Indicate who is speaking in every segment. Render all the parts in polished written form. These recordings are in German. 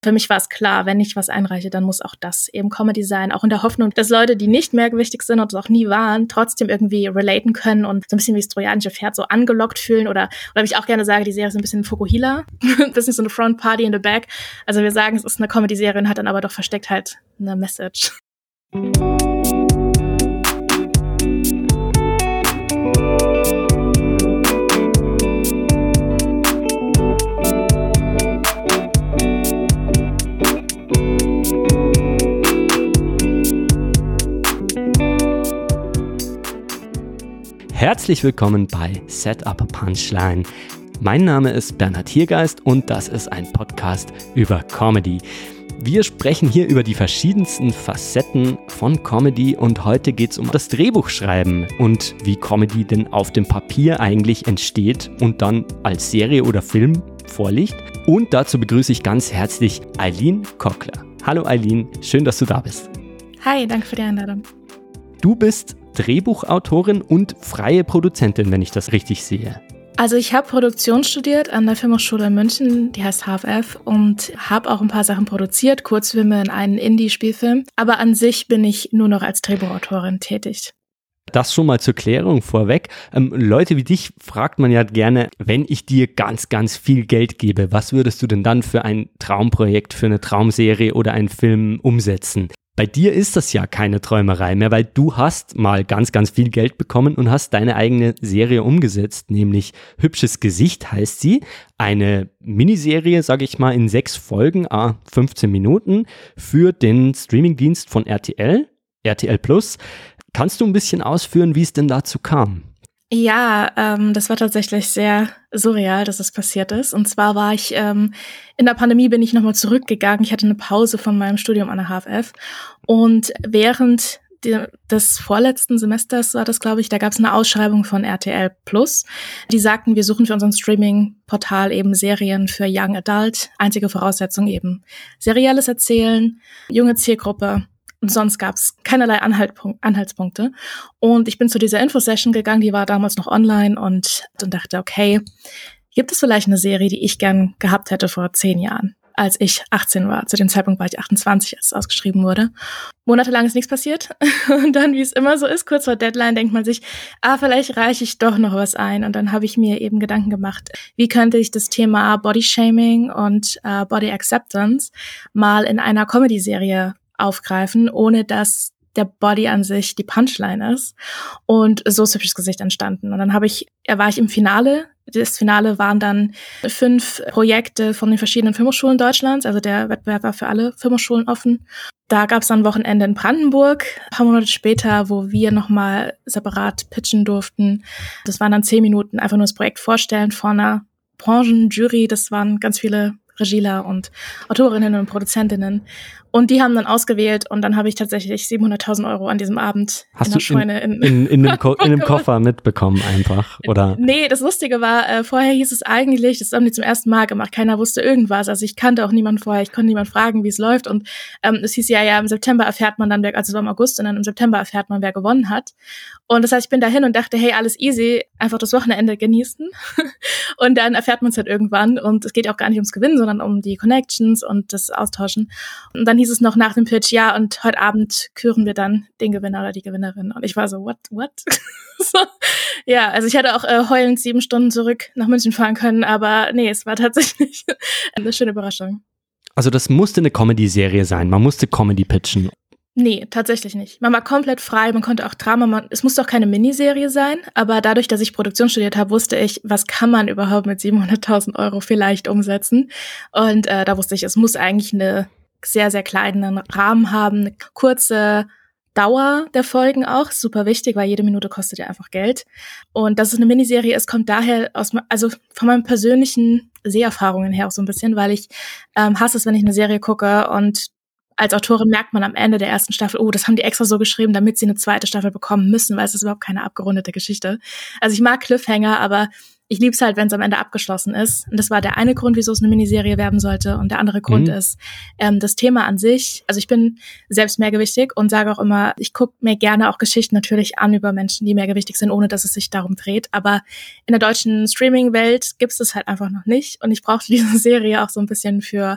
Speaker 1: Für mich war es klar, wenn ich was einreiche, dann muss auch das eben Comedy sein. Auch in der Hoffnung, dass Leute, die nicht mehrgewichtig sind und es auch nie waren, trotzdem irgendwie relaten können und so ein bisschen wie das trojanische Pferd so angelockt fühlen. Oder wie ich auch gerne sage, die Serie ist ein bisschen Fukuhila. Ein bisschen so eine Front Party in the back. Also wir sagen, es ist eine Comedy-Serie und hat dann aber doch versteckt halt eine Message.
Speaker 2: Herzlich willkommen bei Setup Punchline. Mein Name ist Bernhard Hiergeist und das ist ein Podcast über Comedy. Wir sprechen hier über die verschiedensten Facetten von Comedy und heute geht es um das Drehbuchschreiben und wie Comedy denn auf dem Papier eigentlich entsteht und dann als Serie oder Film vorliegt. Und dazu begrüße ich ganz herzlich Eileen Kockler. Hallo Eileen, schön, dass du da bist.
Speaker 1: Hi, danke für die Einladung.
Speaker 2: Du bist Drehbuchautorin und freie Produzentin, wenn ich das richtig sehe.
Speaker 1: Also ich habe Produktion studiert an der Filmhochschule in München, die heißt HFF, und habe auch ein paar Sachen produziert, Kurzfilme in einen Indie-Spielfilm. Aber an sich bin ich nur noch als Drehbuchautorin tätig.
Speaker 2: Das schon mal zur Klärung vorweg. Leute wie dich fragt man ja gerne, wenn ich dir ganz, ganz viel Geld gebe, was würdest du denn dann für ein Traumprojekt, für eine Traumserie oder einen Film umsetzen? Bei dir ist das ja keine Träumerei mehr, weil du hast mal ganz, ganz viel Geld bekommen und hast deine eigene Serie umgesetzt, nämlich Hübsches Gesicht heißt sie. Eine Miniserie, sage ich mal, in 6 Folgen, 15 Minuten für den Streamingdienst von RTL Plus. Kannst du ein bisschen ausführen, wie es denn dazu kam?
Speaker 1: Ja, das war tatsächlich sehr surreal, dass es passiert ist. Und zwar war ich, in der Pandemie bin ich nochmal zurückgegangen. Ich hatte eine Pause von meinem Studium an der HFF. Und während des vorletzten Semesters war das, glaube ich, da gab es eine Ausschreibung von RTL Plus. Die sagten, wir suchen für unseren Streaming-Portal eben Serien für Young Adult. Einzige Voraussetzung eben serielles Erzählen, junge Zielgruppe. Und sonst gab es keinerlei Anhaltspunkte. Und ich bin zu dieser Infosession gegangen, die war damals noch online und dachte, okay, gibt es vielleicht eine Serie, die ich gern gehabt hätte vor 10 Jahren, als ich 18 war. Zu dem Zeitpunkt war ich 28, als es ausgeschrieben wurde. Monatelang ist nichts passiert. Und dann, wie es immer so ist, kurz vor Deadline denkt man sich, vielleicht reiche ich doch noch was ein. Und dann habe ich mir eben Gedanken gemacht, wie könnte ich das Thema Bodyshaming und Body Acceptance mal in einer Comedy-Serie aufgreifen, ohne dass der Body an sich die Punchline ist. Und so ist Hübsches Gesicht entstanden. Und dann war ich im Finale. Das Finale waren dann 5 Projekte von den verschiedenen Filmhochschulen Deutschlands. Also der Wettbewerb war für alle Filmhochschulen offen. Da gab es dann ein Wochenende in Brandenburg, ein paar Monate später, wo wir nochmal separat pitchen durften. Das waren dann 10 Minuten, einfach nur das Projekt vorstellen vor einer Branchenjury. Das waren ganz viele Regieler und Autorinnen und Produzentinnen. Und die haben dann ausgewählt und dann habe ich tatsächlich 700.000 € an diesem Abend
Speaker 2: in
Speaker 1: der
Speaker 2: Scheune in einem Koffer mitbekommen einfach, oder?
Speaker 1: Nee, das Lustige war, vorher hieß es eigentlich, das haben die zum ersten Mal gemacht, keiner wusste irgendwas, also ich kannte auch niemanden vorher, ich konnte niemanden fragen, wie es läuft und es hieß ja, im September erfährt man dann, also es war im August und dann im September erfährt man, wer gewonnen hat. Und das heißt, ich bin dahin und dachte, hey, alles easy, einfach das Wochenende genießen und dann erfährt man es halt irgendwann und es geht auch gar nicht ums Gewinnen, sondern um die Connections und das Austauschen. Und dann hieß es noch nach dem Pitch, ja, und heute Abend küren wir dann den Gewinner oder die Gewinnerin. Und ich war so, what? So, ja, also ich hätte auch heulend 7 Stunden zurück nach München fahren können, aber nee, es war tatsächlich eine schöne Überraschung.
Speaker 2: Also das musste eine Comedy-Serie sein, man musste Comedy pitchen.
Speaker 1: Nee, tatsächlich nicht. Man war komplett frei, man konnte auch Drama, es musste auch keine Miniserie sein, aber dadurch, dass ich Produktion studiert habe, wusste ich, was kann man überhaupt mit 700.000 € vielleicht umsetzen. Und da wusste ich, es muss eigentlich eine sehr, sehr kleinen Rahmen haben, eine kurze Dauer der Folgen auch, super wichtig, weil jede Minute kostet ja einfach Geld. Und dass es eine Miniserie ist, kommt daher also von meinen persönlichen Seherfahrungen her auch so ein bisschen, weil ich hasse es, wenn ich eine Serie gucke und als Autorin merkt man am Ende der ersten Staffel, das haben die extra so geschrieben, damit sie eine zweite Staffel bekommen müssen, weil es ist überhaupt keine abgerundete Geschichte. Also ich mag Cliffhanger, aber ich liebe es halt, wenn es am Ende abgeschlossen ist. Und das war der eine Grund, wieso es eine Miniserie werden sollte. Und der andere Grund ist das Thema an sich. Also ich bin selbst mehrgewichtig und sage auch immer, ich gucke mir gerne auch Geschichten natürlich an über Menschen, die mehrgewichtig sind, ohne dass es sich darum dreht. Aber in der deutschen Streaming-Welt gibt es das halt einfach noch nicht. Und ich brauchte diese Serie auch so ein bisschen für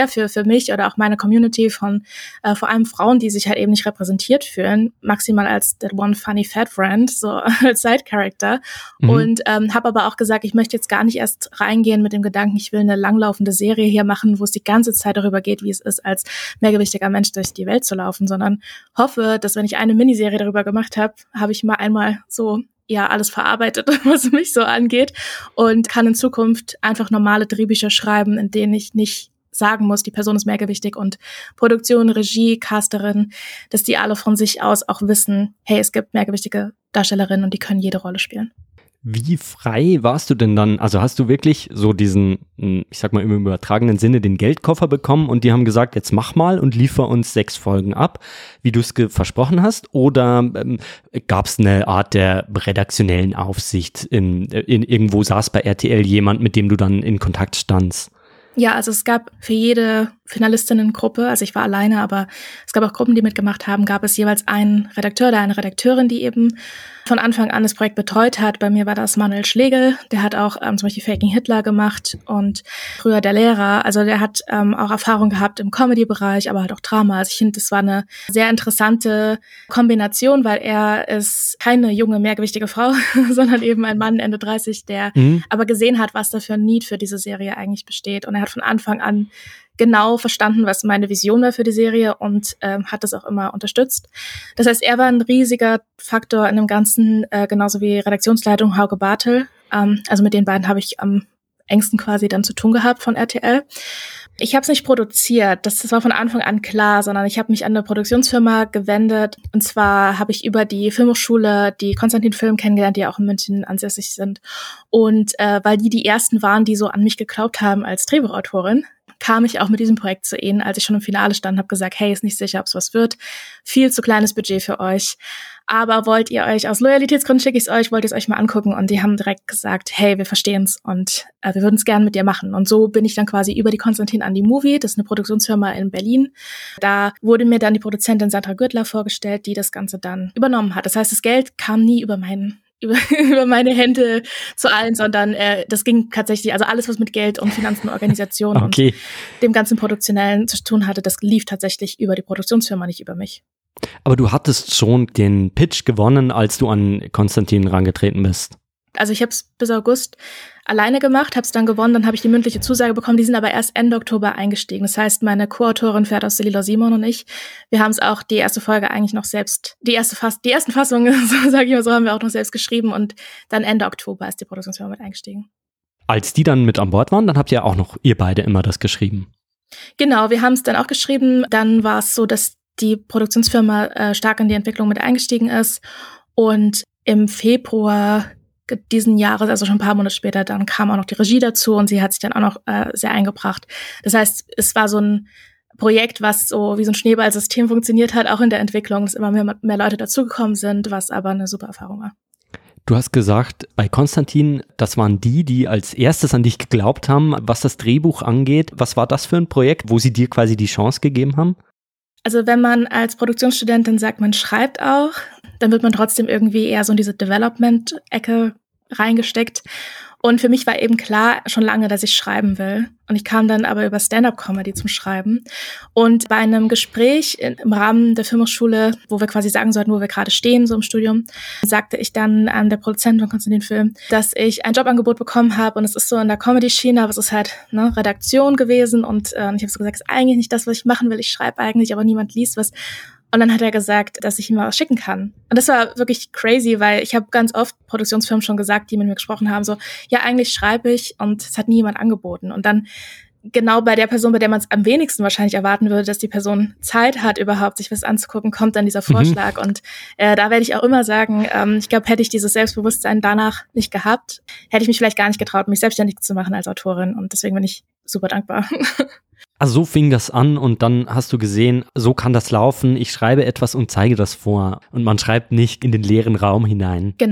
Speaker 1: mich oder auch meine Community von vor allem Frauen, die sich halt eben nicht repräsentiert fühlen, maximal als that one funny fat friend, so als Side-Character. Und habe aber auch gesagt, ich möchte jetzt gar nicht erst reingehen mit dem Gedanken, ich will eine langlaufende Serie hier machen, wo es die ganze Zeit darüber geht, wie es ist, als mehrgewichtiger Mensch durch die Welt zu laufen, sondern hoffe, dass wenn ich eine Miniserie darüber gemacht habe, habe ich mal einmal so alles verarbeitet, was mich so angeht und kann in Zukunft einfach normale Drehbücher schreiben, in denen ich nicht sagen muss, die Person ist mehrgewichtig und Produktion, Regie, Casterin, dass die alle von sich aus auch wissen, hey, es gibt mehrgewichtige Darstellerinnen und die können jede Rolle spielen.
Speaker 2: Wie frei warst du denn dann? Also hast du wirklich so diesen, ich sag mal im übertragenen Sinne, den Geldkoffer bekommen und die haben gesagt, jetzt mach mal und liefer uns 6 Folgen ab, wie du es versprochen hast? Oder gab es eine Art der redaktionellen Aufsicht? Irgendwo saß bei RTL jemand, mit dem du dann in Kontakt standst?
Speaker 1: Ja, also es gab für jede Finalistinnengruppe, also ich war alleine, aber es gab auch Gruppen, die mitgemacht haben, gab es jeweils einen Redakteur oder eine Redakteurin, die eben von Anfang an das Projekt betreut hat. Bei mir war das Manuel Schlegel, der hat auch zum Beispiel Faking Hitler gemacht und früher der Lehrer. Also der hat auch Erfahrung gehabt im Comedy-Bereich, aber halt auch Drama. Also ich finde, das war eine sehr interessante Kombination, weil er ist keine junge, mehrgewichtige Frau, sondern eben ein Mann Ende 30, der aber gesehen hat, was da für ein Need für diese Serie eigentlich besteht. Und er hat von Anfang an genau verstanden, was meine Vision war für die Serie und hat das auch immer unterstützt. Das heißt, er war ein riesiger Faktor in dem Ganzen, genauso wie Redaktionsleitung Hauke Bartel. Also mit den beiden habe ich am engsten quasi dann zu tun gehabt von RTL. Ich habe es nicht produziert, das war von Anfang an klar, sondern ich habe mich an eine Produktionsfirma gewendet. Und zwar habe ich über die Filmhochschule die Konstantin Film kennengelernt, die ja auch in München ansässig sind. Und weil die ersten waren, die so an mich geglaubt haben als Drehbuchautorin, kam ich auch mit diesem Projekt zu ihnen, als ich schon im Finale stand, habe gesagt, hey, ist nicht sicher, ob es was wird. Viel zu kleines Budget für euch. Aber wollt ihr euch, aus Loyalitätsgründen schicke ich es euch, wollt ihr es euch mal angucken? Und die haben direkt gesagt, hey, wir verstehen es und wir würden es gerne mit dir machen. Und so bin ich dann quasi über die Konstantin an die Movie, das ist eine Produktionsfirma in Berlin. Da wurde mir dann die Produzentin Sandra Gürtler vorgestellt, die das Ganze dann übernommen hat. Das heißt, das Geld kam nie über meine Hände zu allen, sondern das ging tatsächlich, also alles, was mit Geld und Finanzen, Organisation und dem ganzen Produktionellen zu tun hatte, das lief tatsächlich über die Produktionsfirma, nicht über mich.
Speaker 2: Aber du hattest schon den Pitch gewonnen, als du an Konstantin rangetreten bist.
Speaker 1: Also ich habe es bis August alleine gemacht, habe es dann gewonnen, dann habe ich die mündliche Zusage bekommen, die sind aber erst Ende Oktober eingestiegen. Das heißt, meine Co-Autorin Ferdos Celila Simon und ich, wir haben es auch die erste Folge eigentlich noch selbst, die ersten Fassungen, so sage ich mal so, haben wir auch noch selbst geschrieben und dann Ende Oktober ist die Produktionsfirma mit eingestiegen.
Speaker 2: Als die dann mit an Bord waren, dann habt ihr auch noch, ihr beide immer das geschrieben?
Speaker 1: Genau, wir haben es dann auch geschrieben, dann war es so, dass die Produktionsfirma stark in die Entwicklung mit eingestiegen ist und im Februar diesen Jahres, also schon ein paar Monate später, dann kam auch noch die Regie dazu und sie hat sich dann auch noch sehr eingebracht. Das heißt, es war so ein Projekt, was so wie so ein Schneeballsystem funktioniert hat, auch in der Entwicklung, dass immer mehr Leute dazugekommen sind, was aber eine super Erfahrung war.
Speaker 2: Du hast gesagt, bei Konstantin, das waren die als erstes an dich geglaubt haben, was das Drehbuch angeht. Was war das für ein Projekt, wo sie dir quasi die Chance gegeben haben?
Speaker 1: Also wenn man als Produktionsstudentin sagt, man schreibt auch, dann wird man trotzdem irgendwie eher so in diese Development-Ecke reingesteckt. Und für mich war eben klar schon lange, dass ich schreiben will. Und ich kam dann aber über Stand-up-Comedy zum Schreiben. Und bei einem Gespräch im Rahmen der Filmhochschule, wo wir quasi sagen sollten, wo wir gerade stehen, so im Studium, sagte ich dann an der Produzentin von Konstantin Film, dass ich ein Jobangebot bekommen habe. Und es ist so in der Comedy-Schiene, aber es ist halt Redaktion gewesen. Und ich habe so gesagt, es ist eigentlich nicht das, was ich machen will. Ich schreibe eigentlich, aber niemand liest was. Und dann hat er gesagt, dass ich ihm mal was schicken kann. Und das war wirklich crazy, weil ich habe ganz oft Produktionsfirmen schon gesagt, die mit mir gesprochen haben, so, ja, eigentlich schreibe ich und es hat nie jemand angeboten. Und dann genau bei der Person, bei der man es am wenigsten wahrscheinlich erwarten würde, dass die Person Zeit hat, überhaupt sich was anzugucken, kommt dann dieser Vorschlag. Und da werde ich auch immer sagen, ich glaube, hätte ich dieses Selbstbewusstsein danach nicht gehabt, hätte ich mich vielleicht gar nicht getraut, mich selbstständig zu machen als Autorin. Und deswegen bin ich super dankbar.
Speaker 2: Also so fing das an und dann hast du gesehen, so kann das laufen, ich schreibe etwas und zeige das vor. Und man schreibt nicht in den leeren Raum hinein.
Speaker 1: Genau.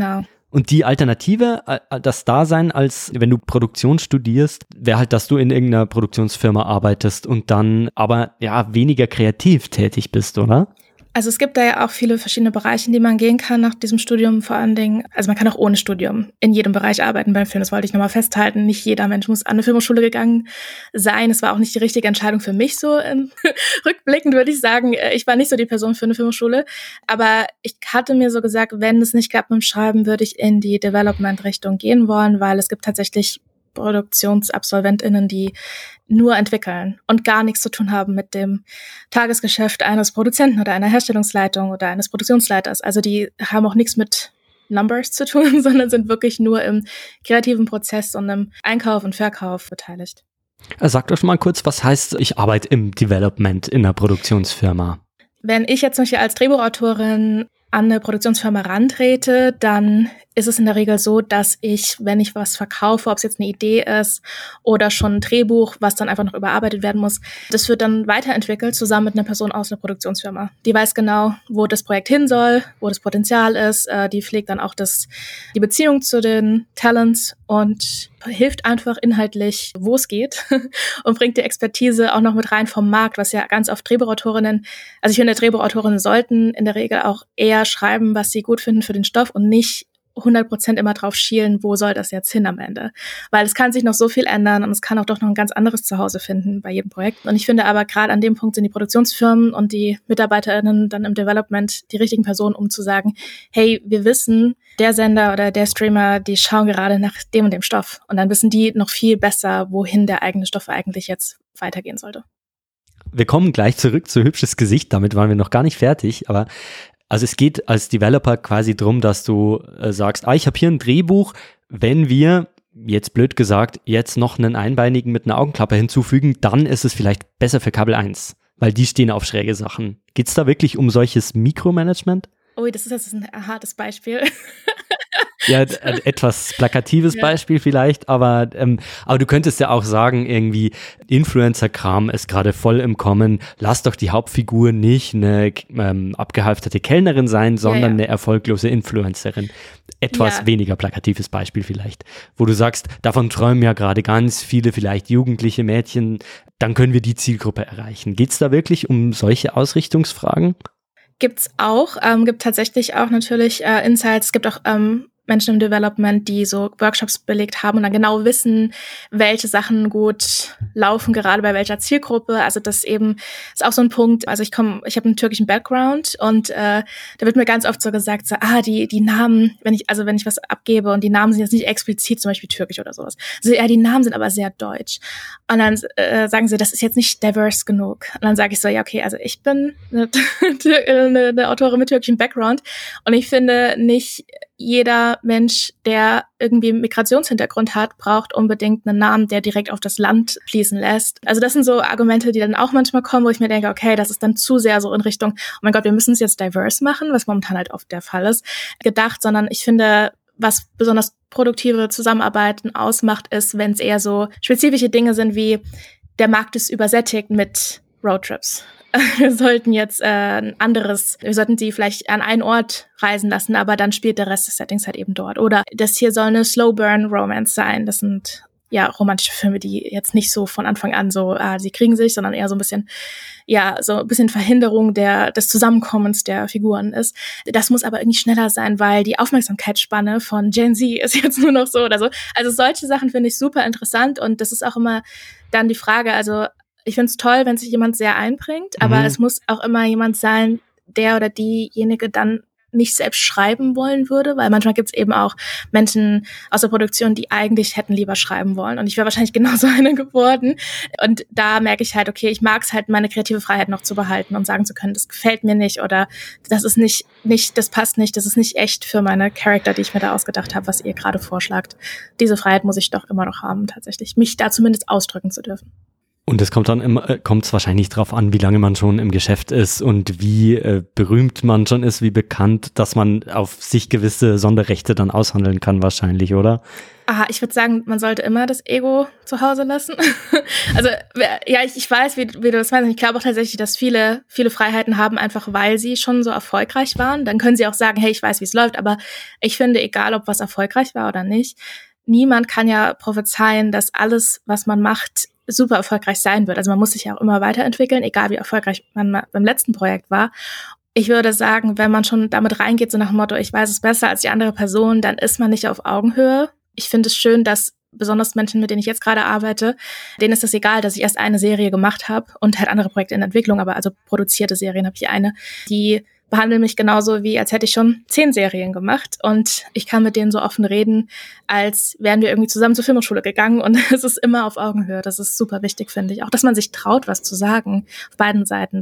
Speaker 2: Und die Alternative, das Dasein, als wenn du Produktion studierst, wäre halt, dass du in irgendeiner Produktionsfirma arbeitest und dann aber ja weniger kreativ tätig bist, oder?
Speaker 1: Also es gibt da ja auch viele verschiedene Bereiche, in die man gehen kann nach diesem Studium vor allen Dingen. Also man kann auch ohne Studium in jedem Bereich arbeiten beim Film. Das wollte ich nochmal festhalten. Nicht jeder Mensch muss an eine Filmhochschule gegangen sein. Es war auch nicht die richtige Entscheidung für mich so. Rückblickend würde ich sagen, ich war nicht so die Person für eine Filmhochschule. Aber ich hatte mir so gesagt, wenn es nicht klappt mit dem Schreiben, würde ich in die Development-Richtung gehen wollen, weil es gibt tatsächlich ProduktionsabsolventInnen, die nur entwickeln und gar nichts zu tun haben mit dem Tagesgeschäft eines Produzenten oder einer Herstellungsleitung oder eines Produktionsleiters. Also die haben auch nichts mit Numbers zu tun, sondern sind wirklich nur im kreativen Prozess und im Einkauf und Verkauf beteiligt.
Speaker 2: Sag doch mal kurz, was heißt, ich arbeite im Development in einer Produktionsfirma?
Speaker 1: Wenn ich jetzt zum Beispiel als Drehbuchautorin an eine Produktionsfirma rantrete, dann ist es in der Regel so, dass ich, wenn ich was verkaufe, ob es jetzt eine Idee ist oder schon ein Drehbuch, was dann einfach noch überarbeitet werden muss, das wird dann weiterentwickelt zusammen mit einer Person aus einer Produktionsfirma. Die weiß genau, wo das Projekt hin soll, wo das Potenzial ist. Die pflegt dann auch die Beziehung zu den Talents und hilft einfach inhaltlich, wo es geht und bringt die Expertise auch noch mit rein vom Markt, was ja ganz oft Drehbuchautorinnen, also ich finde, Drehbuchautorinnen sollten in der Regel auch eher schreiben, was sie gut finden für den Stoff und nicht 100% immer drauf schielen, wo soll das jetzt hin am Ende. Weil es kann sich noch so viel ändern und es kann auch doch noch ein ganz anderes Zuhause finden bei jedem Projekt. Und ich finde aber gerade an dem Punkt sind die Produktionsfirmen und die MitarbeiterInnen dann im Development die richtigen Personen, um zu sagen, hey, wir wissen, der Sender oder der Streamer, die schauen gerade nach dem und dem Stoff. Und dann wissen die noch viel besser, wohin der eigene Stoff eigentlich jetzt weitergehen sollte.
Speaker 2: Wir kommen gleich zurück zu Hübsches Gesicht, damit waren wir noch gar nicht fertig, aber also es geht als Developer quasi drum, dass du sagst, ich habe hier ein Drehbuch, wenn wir, jetzt blöd gesagt, jetzt noch einen Einbeinigen mit einer Augenklappe hinzufügen, dann ist es vielleicht besser für Kabel 1, weil die stehen auf schräge Sachen. Geht's da wirklich um solches Mikromanagement?
Speaker 1: Oh, das ist jetzt ein hartes Beispiel.
Speaker 2: Ja, etwas plakatives Beispiel vielleicht, aber du könntest ja auch sagen, irgendwie Influencer-Kram ist gerade voll im Kommen, lass doch die Hauptfigur nicht eine abgehalfterte Kellnerin sein, sondern eine erfolglose Influencerin. Etwas weniger plakatives Beispiel vielleicht, wo du sagst, davon träumen ja gerade ganz viele vielleicht jugendliche Mädchen, dann können wir die Zielgruppe erreichen. Geht's da wirklich um solche Ausrichtungsfragen?
Speaker 1: Gibt's auch, gibt tatsächlich auch natürlich Insights, es gibt auch Menschen im Development, die so Workshops belegt haben und dann genau wissen, welche Sachen gut laufen, gerade bei welcher Zielgruppe. Also das eben ist auch so ein Punkt. Also ich habe einen türkischen Background und da wird mir ganz oft so gesagt, so, die Namen, wenn ich was abgebe und die Namen sind jetzt nicht explizit zum Beispiel türkisch oder sowas. Also die Namen sind aber sehr deutsch. Und dann sagen sie, das ist jetzt nicht diverse genug. Und dann sage ich so, ja okay, also ich bin eine Autorin mit türkischem Background und ich finde nicht jeder Mensch, der irgendwie einen Migrationshintergrund hat, braucht unbedingt einen Namen, der direkt auf das Land fließen lässt. Also das sind so Argumente, die dann auch manchmal kommen, wo ich mir denke, okay, das ist dann zu sehr so in Richtung, oh mein Gott, wir müssen es jetzt diverse machen, was momentan halt oft der Fall ist, gedacht, sondern ich finde, was besonders produktive Zusammenarbeiten ausmacht, ist, wenn es eher so spezifische Dinge sind wie, der Markt ist übersättigt mit Roadtrips. Wir sollten jetzt wir sollten die vielleicht an einen Ort reisen lassen, aber dann spielt der Rest des Settings halt eben dort. Oder das hier soll eine Slow-Burn-Romance sein. Das sind romantische Filme, die jetzt nicht so von Anfang an so, sie kriegen sich, sondern eher so ein bisschen Verhinderung des Zusammenkommens der Figuren ist. Das muss aber irgendwie schneller sein, weil die Aufmerksamkeitsspanne von Gen Z ist jetzt nur noch so oder so. Also solche Sachen finde ich super interessant und das ist auch immer dann die Frage, also ich finde es toll, wenn sich jemand sehr einbringt, aber es muss auch immer jemand sein, der oder diejenige dann nicht selbst schreiben wollen würde, weil manchmal gibt es eben auch Menschen aus der Produktion, die eigentlich hätten lieber schreiben wollen und ich wäre wahrscheinlich genauso eine geworden und da merke ich halt, okay, ich mag es halt, meine kreative Freiheit noch zu behalten und sagen zu können, das gefällt mir nicht oder das ist nicht, das passt nicht, das ist nicht echt für meine Charakter, die ich mir da ausgedacht habe, was ihr gerade vorschlagt. Diese Freiheit muss ich doch immer noch haben, tatsächlich, mich da zumindest ausdrücken zu dürfen.
Speaker 2: Und es kommt dann immer, kommt es wahrscheinlich drauf an, wie lange man schon im Geschäft ist und wie berühmt man schon ist, wie bekannt, dass man auf sich gewisse Sonderrechte dann aushandeln kann wahrscheinlich, oder?
Speaker 1: Aha, ich würde sagen, man sollte immer das Ego zu Hause lassen. Also, ja, ich weiß, wie du das meinst. Ich glaube auch tatsächlich, dass viele Freiheiten haben, einfach weil sie schon so erfolgreich waren. Dann können sie auch sagen, hey, ich weiß, wie es läuft. Aber ich finde, egal, ob was erfolgreich war oder nicht, niemand kann ja prophezeien, dass alles, was man macht, super erfolgreich sein wird. Also man muss sich ja auch immer weiterentwickeln, egal wie erfolgreich man beim letzten Projekt war. Ich würde sagen, wenn man schon damit reingeht, so nach dem Motto, ich weiß es besser als die andere Person, dann ist man nicht auf Augenhöhe. Ich finde es schön, dass besonders Menschen, mit denen ich jetzt gerade arbeite, denen ist es egal, dass ich erst eine Serie gemacht habe und halt andere Projekte in Entwicklung, aber also produzierte Serien habe ich eine, die behandeln mich genauso, wie als hätte ich schon 10 Serien gemacht und ich kann mit denen so offen reden, als wären wir irgendwie zusammen zur Filmhochschule gegangen und es ist immer auf Augenhöhe. Das ist super wichtig, finde ich. Auch, dass man sich traut, was zu sagen auf beiden Seiten.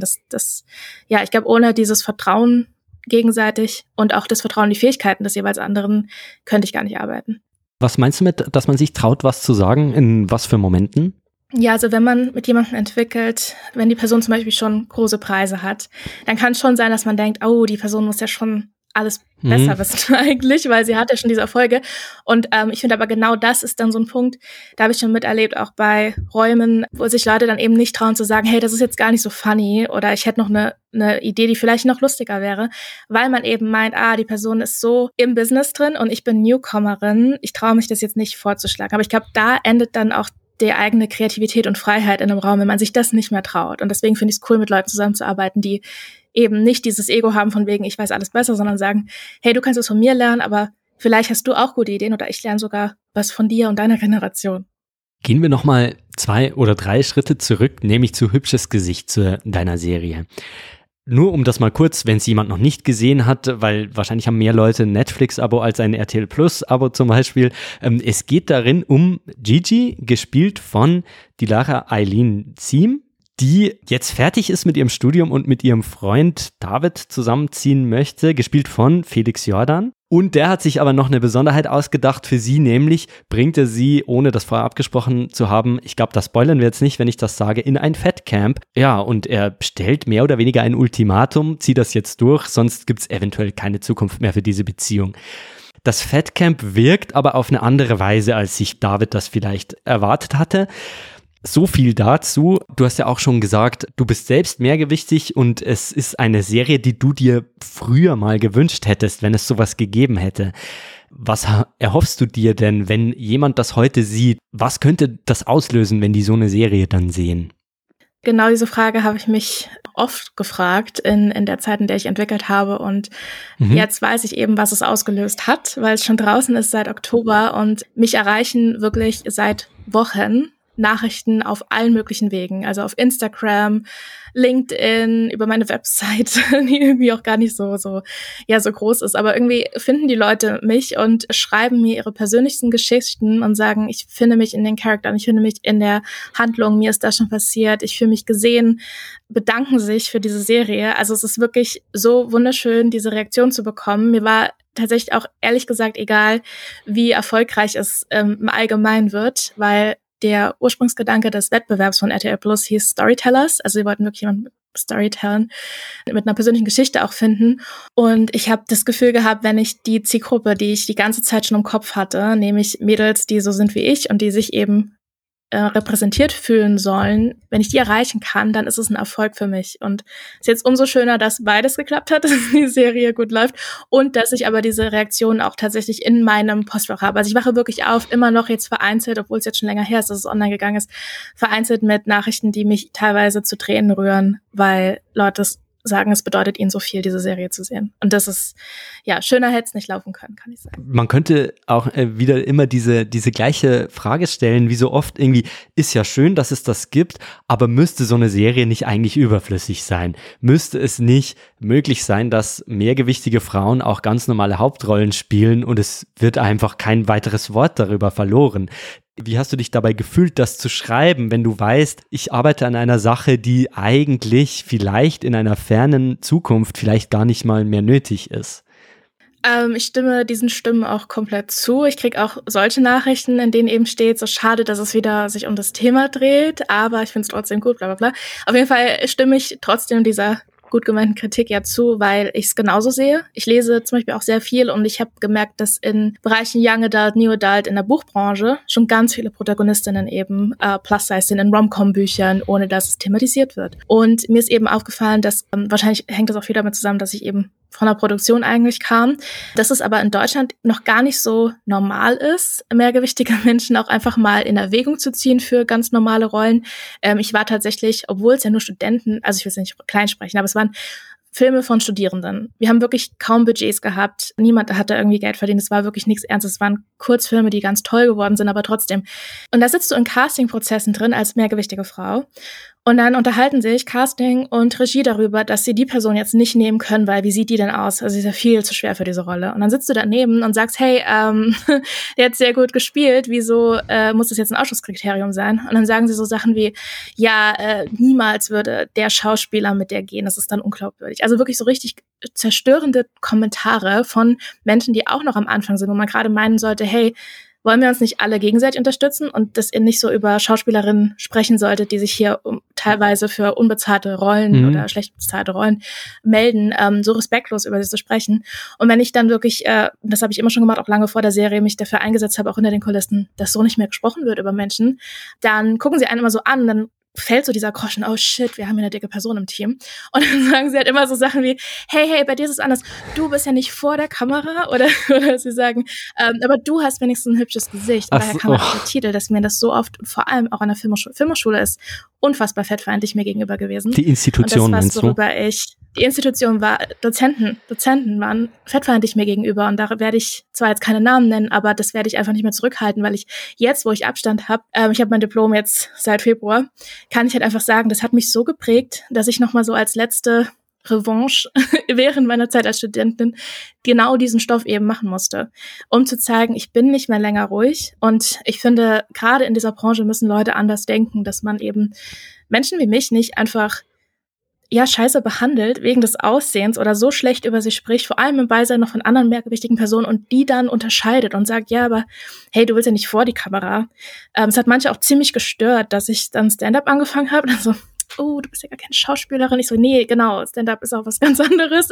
Speaker 1: Ja, ich glaube, ohne dieses Vertrauen gegenseitig und auch das Vertrauen in die Fähigkeiten des jeweils anderen könnte ich gar nicht arbeiten.
Speaker 2: Was meinst du mit, dass man sich traut, was zu sagen? In was für Momenten?
Speaker 1: Ja, also wenn man mit jemandem entwickelt, wenn die Person zum Beispiel schon große Preise hat, dann kann es schon sein, dass man denkt, oh, die Person muss ja schon alles besser wissen eigentlich, weil sie hat ja schon diese Erfolge. Und ich finde aber genau das ist dann so ein Punkt, da habe ich schon miterlebt, auch bei Räumen, wo sich Leute dann eben nicht trauen zu sagen, hey, das ist jetzt gar nicht so funny oder ich hätte noch eine Idee, die vielleicht noch lustiger wäre, weil man eben meint, die Person ist so im Business drin und ich bin Newcomerin, ich traue mich das jetzt nicht vorzuschlagen. Aber ich glaube, da endet dann auch die eigene Kreativität und Freiheit in einem Raum, wenn man sich das nicht mehr traut. Und deswegen finde ich es cool, mit Leuten zusammenzuarbeiten, die eben nicht dieses Ego haben von wegen, ich weiß alles besser, sondern sagen, hey, du kannst was von mir lernen, aber vielleicht hast du auch gute Ideen oder ich lerne sogar was von dir und deiner Generation.
Speaker 2: Gehen wir nochmal 2 oder 3 Schritte zurück, nämlich zu Hübsches Gesicht, zu deiner Serie. Nur um das mal kurz, wenn es jemand noch nicht gesehen hat, weil wahrscheinlich haben mehr Leute ein Netflix-Abo als ein RTL Plus-Abo zum Beispiel. Es geht darin um Gigi, gespielt von Dilara Eileen Siem, die jetzt fertig ist mit ihrem Studium und mit ihrem Freund David zusammenziehen möchte, gespielt von Felix Jordan. Und der hat sich aber noch eine Besonderheit ausgedacht für sie, nämlich bringt er sie, ohne das vorher abgesprochen zu haben, ich glaube, das spoilern wir jetzt nicht, wenn ich das sage, in ein Fettcamp. Ja, und er stellt mehr oder weniger ein Ultimatum, zieh das jetzt durch, sonst gibt es eventuell keine Zukunft mehr für diese Beziehung. Das Fettcamp wirkt aber auf eine andere Weise, als sich David das vielleicht erwartet hatte. So viel dazu. Du hast ja auch schon gesagt, du bist selbst mehrgewichtig und es ist eine Serie, die du dir früher mal gewünscht hättest, wenn es sowas gegeben hätte. Was erhoffst du dir denn, wenn jemand das heute sieht? Was könnte das auslösen, wenn die so eine Serie dann sehen?
Speaker 1: Genau diese Frage habe ich mich oft gefragt in der Zeit, in der ich entwickelt habe und jetzt weiß ich eben, was es ausgelöst hat, weil es schon draußen ist seit Oktober und mich erreichen wirklich seit Wochen Nachrichten auf allen möglichen Wegen, also auf Instagram, LinkedIn, über meine Website, die irgendwie auch gar nicht so groß ist, aber irgendwie finden die Leute mich und schreiben mir ihre persönlichsten Geschichten und sagen, ich finde mich in den Charakteren, ich finde mich in der Handlung, mir ist das schon passiert, ich fühle mich gesehen, bedanken sich für diese Serie. Also es ist wirklich so wunderschön, diese Reaktion zu bekommen. Mir war tatsächlich auch ehrlich gesagt egal, wie erfolgreich es im Allgemeinen wird, weil der Ursprungsgedanke des Wettbewerbs von RTL Plus hieß Storytellers. Also sie wollten wirklich jemanden mit Storytellern, mit einer persönlichen Geschichte auch finden. Und ich habe das Gefühl gehabt, wenn ich die Zielgruppe, die ich die ganze Zeit schon im Kopf hatte, nämlich Mädels, die so sind wie ich und die sich eben repräsentiert fühlen sollen, wenn ich die erreichen kann, dann ist es ein Erfolg für mich. Und es ist jetzt umso schöner, dass beides geklappt hat, dass die Serie gut läuft und dass ich aber diese Reaktionen auch tatsächlich in meinem Postfach habe. Also ich wache wirklich auf, immer noch jetzt vereinzelt, obwohl es jetzt schon länger her ist, dass es online gegangen ist, vereinzelt mit Nachrichten, die mich teilweise zu Tränen rühren, weil Leute sagen, es bedeutet ihnen so viel, diese Serie zu sehen. Und das ist, ja, schöner hätte es nicht laufen können, kann ich sagen.
Speaker 2: Man könnte auch wieder immer diese gleiche Frage stellen, wie so oft irgendwie, ist ja schön, dass es das gibt, aber müsste so eine Serie nicht eigentlich überflüssig sein? Müsste es nicht möglich sein, dass mehrgewichtige Frauen auch ganz normale Hauptrollen spielen und es wird einfach kein weiteres Wort darüber verloren? Wie hast du dich dabei gefühlt, das zu schreiben, wenn du weißt, ich arbeite an einer Sache, die eigentlich vielleicht in einer fernen Zukunft vielleicht gar nicht mal mehr nötig ist?
Speaker 1: Ich stimme diesen Stimmen auch komplett zu. Ich kriege auch solche Nachrichten, in denen eben steht, so schade, dass es wieder sich um das Thema dreht, aber ich finde es trotzdem gut, bla bla bla. Auf jeden Fall stimme ich trotzdem dieser gut gemeinten Kritik ja zu, weil ich es genauso sehe. Ich lese zum Beispiel auch sehr viel und ich habe gemerkt, dass in Bereichen Young Adult, New Adult in der Buchbranche schon ganz viele Protagonistinnen eben Plus-Size sind in Rom-Com-Büchern, ohne dass es thematisiert wird. Und mir ist eben aufgefallen, dass wahrscheinlich hängt das auch viel damit zusammen, dass ich eben von der Produktion eigentlich kam, dass es aber in Deutschland noch gar nicht so normal ist, mehrgewichtige Menschen auch einfach mal in Erwägung zu ziehen für ganz normale Rollen. Ich war tatsächlich, obwohl es ja nur Studenten, also ich will es nicht klein sprechen, aber es waren Filme von Studierenden. Wir haben wirklich kaum Budgets gehabt. Niemand hatte irgendwie Geld verdient. Es war wirklich nichts Ernstes. Es waren Kurzfilme, die ganz toll geworden sind, aber trotzdem. Und da sitzt du in Castingprozessen drin als mehrgewichtige Frau. Und dann unterhalten sich Casting und Regie darüber, dass sie die Person jetzt nicht nehmen können, weil wie sieht die denn aus? Also sie ist ja viel zu schwer für diese Rolle. Und dann sitzt du daneben und sagst, hey, der hat sehr gut gespielt, wieso muss das jetzt ein Ausschlusskriterium sein? Und dann sagen sie so Sachen wie, ja, niemals würde der Schauspieler mit der gehen, das ist dann unglaubwürdig. Also wirklich so richtig zerstörende Kommentare von Menschen, die auch noch am Anfang sind, wo man gerade meinen sollte, hey, wollen wir uns nicht alle gegenseitig unterstützen und dass ihr nicht so über Schauspielerinnen sprechen solltet, die sich hier teilweise für unbezahlte Rollen oder schlecht bezahlte Rollen melden, so respektlos über sie zu sprechen. Und wenn ich dann wirklich, das habe ich immer schon gemacht, auch lange vor der Serie, mich dafür eingesetzt habe, auch hinter den Kulissen, dass so nicht mehr gesprochen wird über Menschen, dann gucken sie einen immer so an, dann fällt so dieser Groschen, oh shit, wir haben hier eine dicke Person im Team. Und dann sagen sie halt immer so Sachen wie, hey, bei dir ist es anders. Du bist ja nicht vor der Kamera. Oder sie sagen, aber du hast wenigstens ein hübsches Gesicht. Und daher kam auch der Titel, dass mir das so oft, vor allem auch an der Filmhochschule ist, unfassbar fettfeindlich mir gegenüber gewesen.
Speaker 2: Die Institution,
Speaker 1: meinst du? Die Institution war, Dozenten waren fettfeindlich mir gegenüber und da werde ich zwar jetzt keine Namen nennen, aber das werde ich einfach nicht mehr zurückhalten, weil ich jetzt, wo ich Abstand habe, ich habe mein Diplom jetzt seit Februar, kann ich halt einfach sagen, das hat mich so geprägt, dass ich nochmal so als letzte Revanche während meiner Zeit als Studentin genau diesen Stoff eben machen musste, um zu zeigen, ich bin nicht mehr länger ruhig und ich finde, gerade in dieser Branche müssen Leute anders denken, dass man eben Menschen wie mich nicht einfach scheiße behandelt wegen des Aussehens oder so schlecht über sie spricht, vor allem im Beisein noch von anderen mehrgewichtigen Personen und die dann unterscheidet und sagt, ja, aber hey, du willst ja nicht vor die Kamera. Es hat manche auch ziemlich gestört, dass ich dann Stand-up angefangen habe und dann so, oh, du bist ja gar keine Schauspielerin. Ich so, nee, genau, Stand-up ist auch was ganz anderes.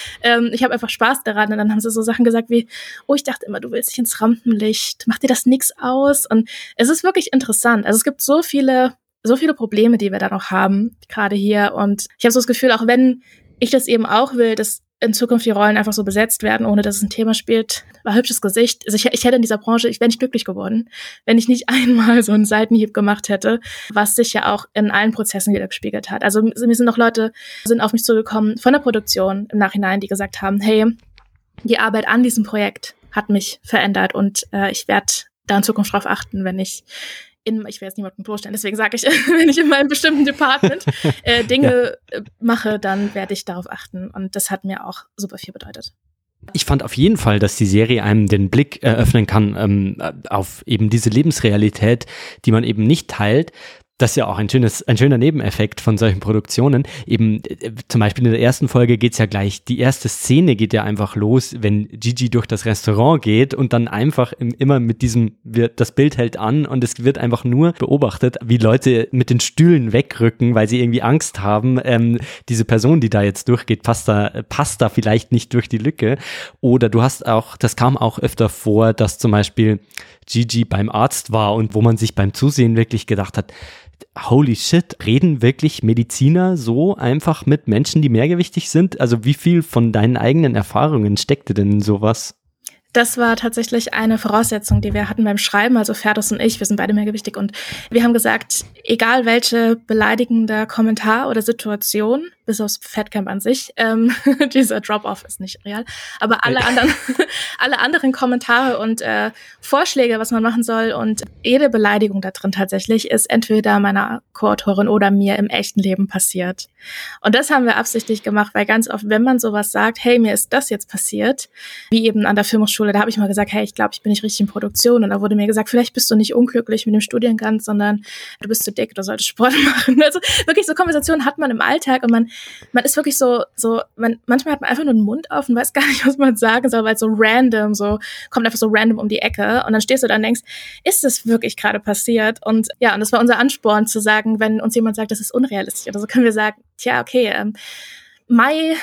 Speaker 1: Ich habe einfach Spaß daran und dann haben sie so Sachen gesagt wie, oh, ich dachte immer, du willst dich ins Rampenlicht, macht dir das nix aus? Und es ist wirklich interessant. Also es gibt so viele Probleme, die wir da noch haben, gerade hier. Und ich habe so das Gefühl, auch wenn ich das eben auch will, dass in Zukunft die Rollen einfach so besetzt werden, ohne dass es ein Thema spielt, war hübsches Gesicht. Also ich hätte in dieser Branche, ich wäre nicht glücklich geworden, wenn ich nicht einmal so einen Seitenhieb gemacht hätte, was sich ja auch in allen Prozessen wieder gespiegelt hat. Also mir sind noch Leute, sind auf mich zugekommen von der Produktion im Nachhinein, die gesagt haben, hey, die Arbeit an diesem Projekt hat mich verändert und ich werde da in Zukunft drauf achten, wenn ich will jetzt niemandem bloßstellen, deswegen sage ich, wenn ich in meinem bestimmten Department Dinge mache, dann werde ich darauf achten. Und das hat mir auch super viel bedeutet.
Speaker 2: Ich fand auf jeden Fall, dass die Serie einem den Blick eröffnen kann auf eben diese Lebensrealität, die man eben nicht teilt. Das ist ja auch ein schöner Nebeneffekt von solchen Produktionen. Eben zum Beispiel in der ersten Folge geht's ja gleich, die erste Szene geht ja einfach los, wenn Gigi durch das Restaurant geht und dann einfach immer mit das Bild hält an und es wird einfach nur beobachtet, wie Leute mit den Stühlen wegrücken, weil sie irgendwie Angst haben, diese Person, die da jetzt durchgeht, passt da vielleicht nicht durch die Lücke. Oder das kam auch öfter vor, dass zum Beispiel Gigi beim Arzt war und wo man sich beim Zusehen wirklich gedacht hat, holy shit, reden wirklich Mediziner so einfach mit Menschen, die mehrgewichtig sind? Also wie viel von deinen eigenen Erfahrungen steckte denn in sowas?
Speaker 1: Das war tatsächlich eine Voraussetzung, die wir hatten beim Schreiben, also Ferdus und ich, wir sind beide mehrgewichtig und wir haben gesagt, egal welche beleidigende Kommentar oder Situation, bis aufs Fatcamp an sich, dieser Drop-off ist nicht real, aber alle anderen Kommentare und Vorschläge, was man machen soll und jede Beleidigung da drin tatsächlich ist entweder meiner Co-Autorin oder mir im echten Leben passiert. Und das haben wir absichtlich gemacht, weil ganz oft, wenn man sowas sagt, hey, mir ist das jetzt passiert, wie eben an der Filmhochschule, da habe ich mal gesagt, hey, ich glaube, ich bin nicht richtig in Produktion und da wurde mir gesagt, vielleicht bist du nicht unglücklich mit dem Studiengang, sondern du bist zu dick, du solltest Sport machen. Also wirklich so Konversationen hat man im Alltag und man man ist wirklich manchmal hat man einfach nur den Mund auf und weiß gar nicht, was man sagen soll, weil es kommt einfach so random um die Ecke und dann stehst du da und denkst, ist das wirklich gerade passiert? Und ja, und das war unser Ansporn zu sagen, wenn uns jemand sagt, das ist unrealistisch oder so, können wir sagen, tja, okay, Mai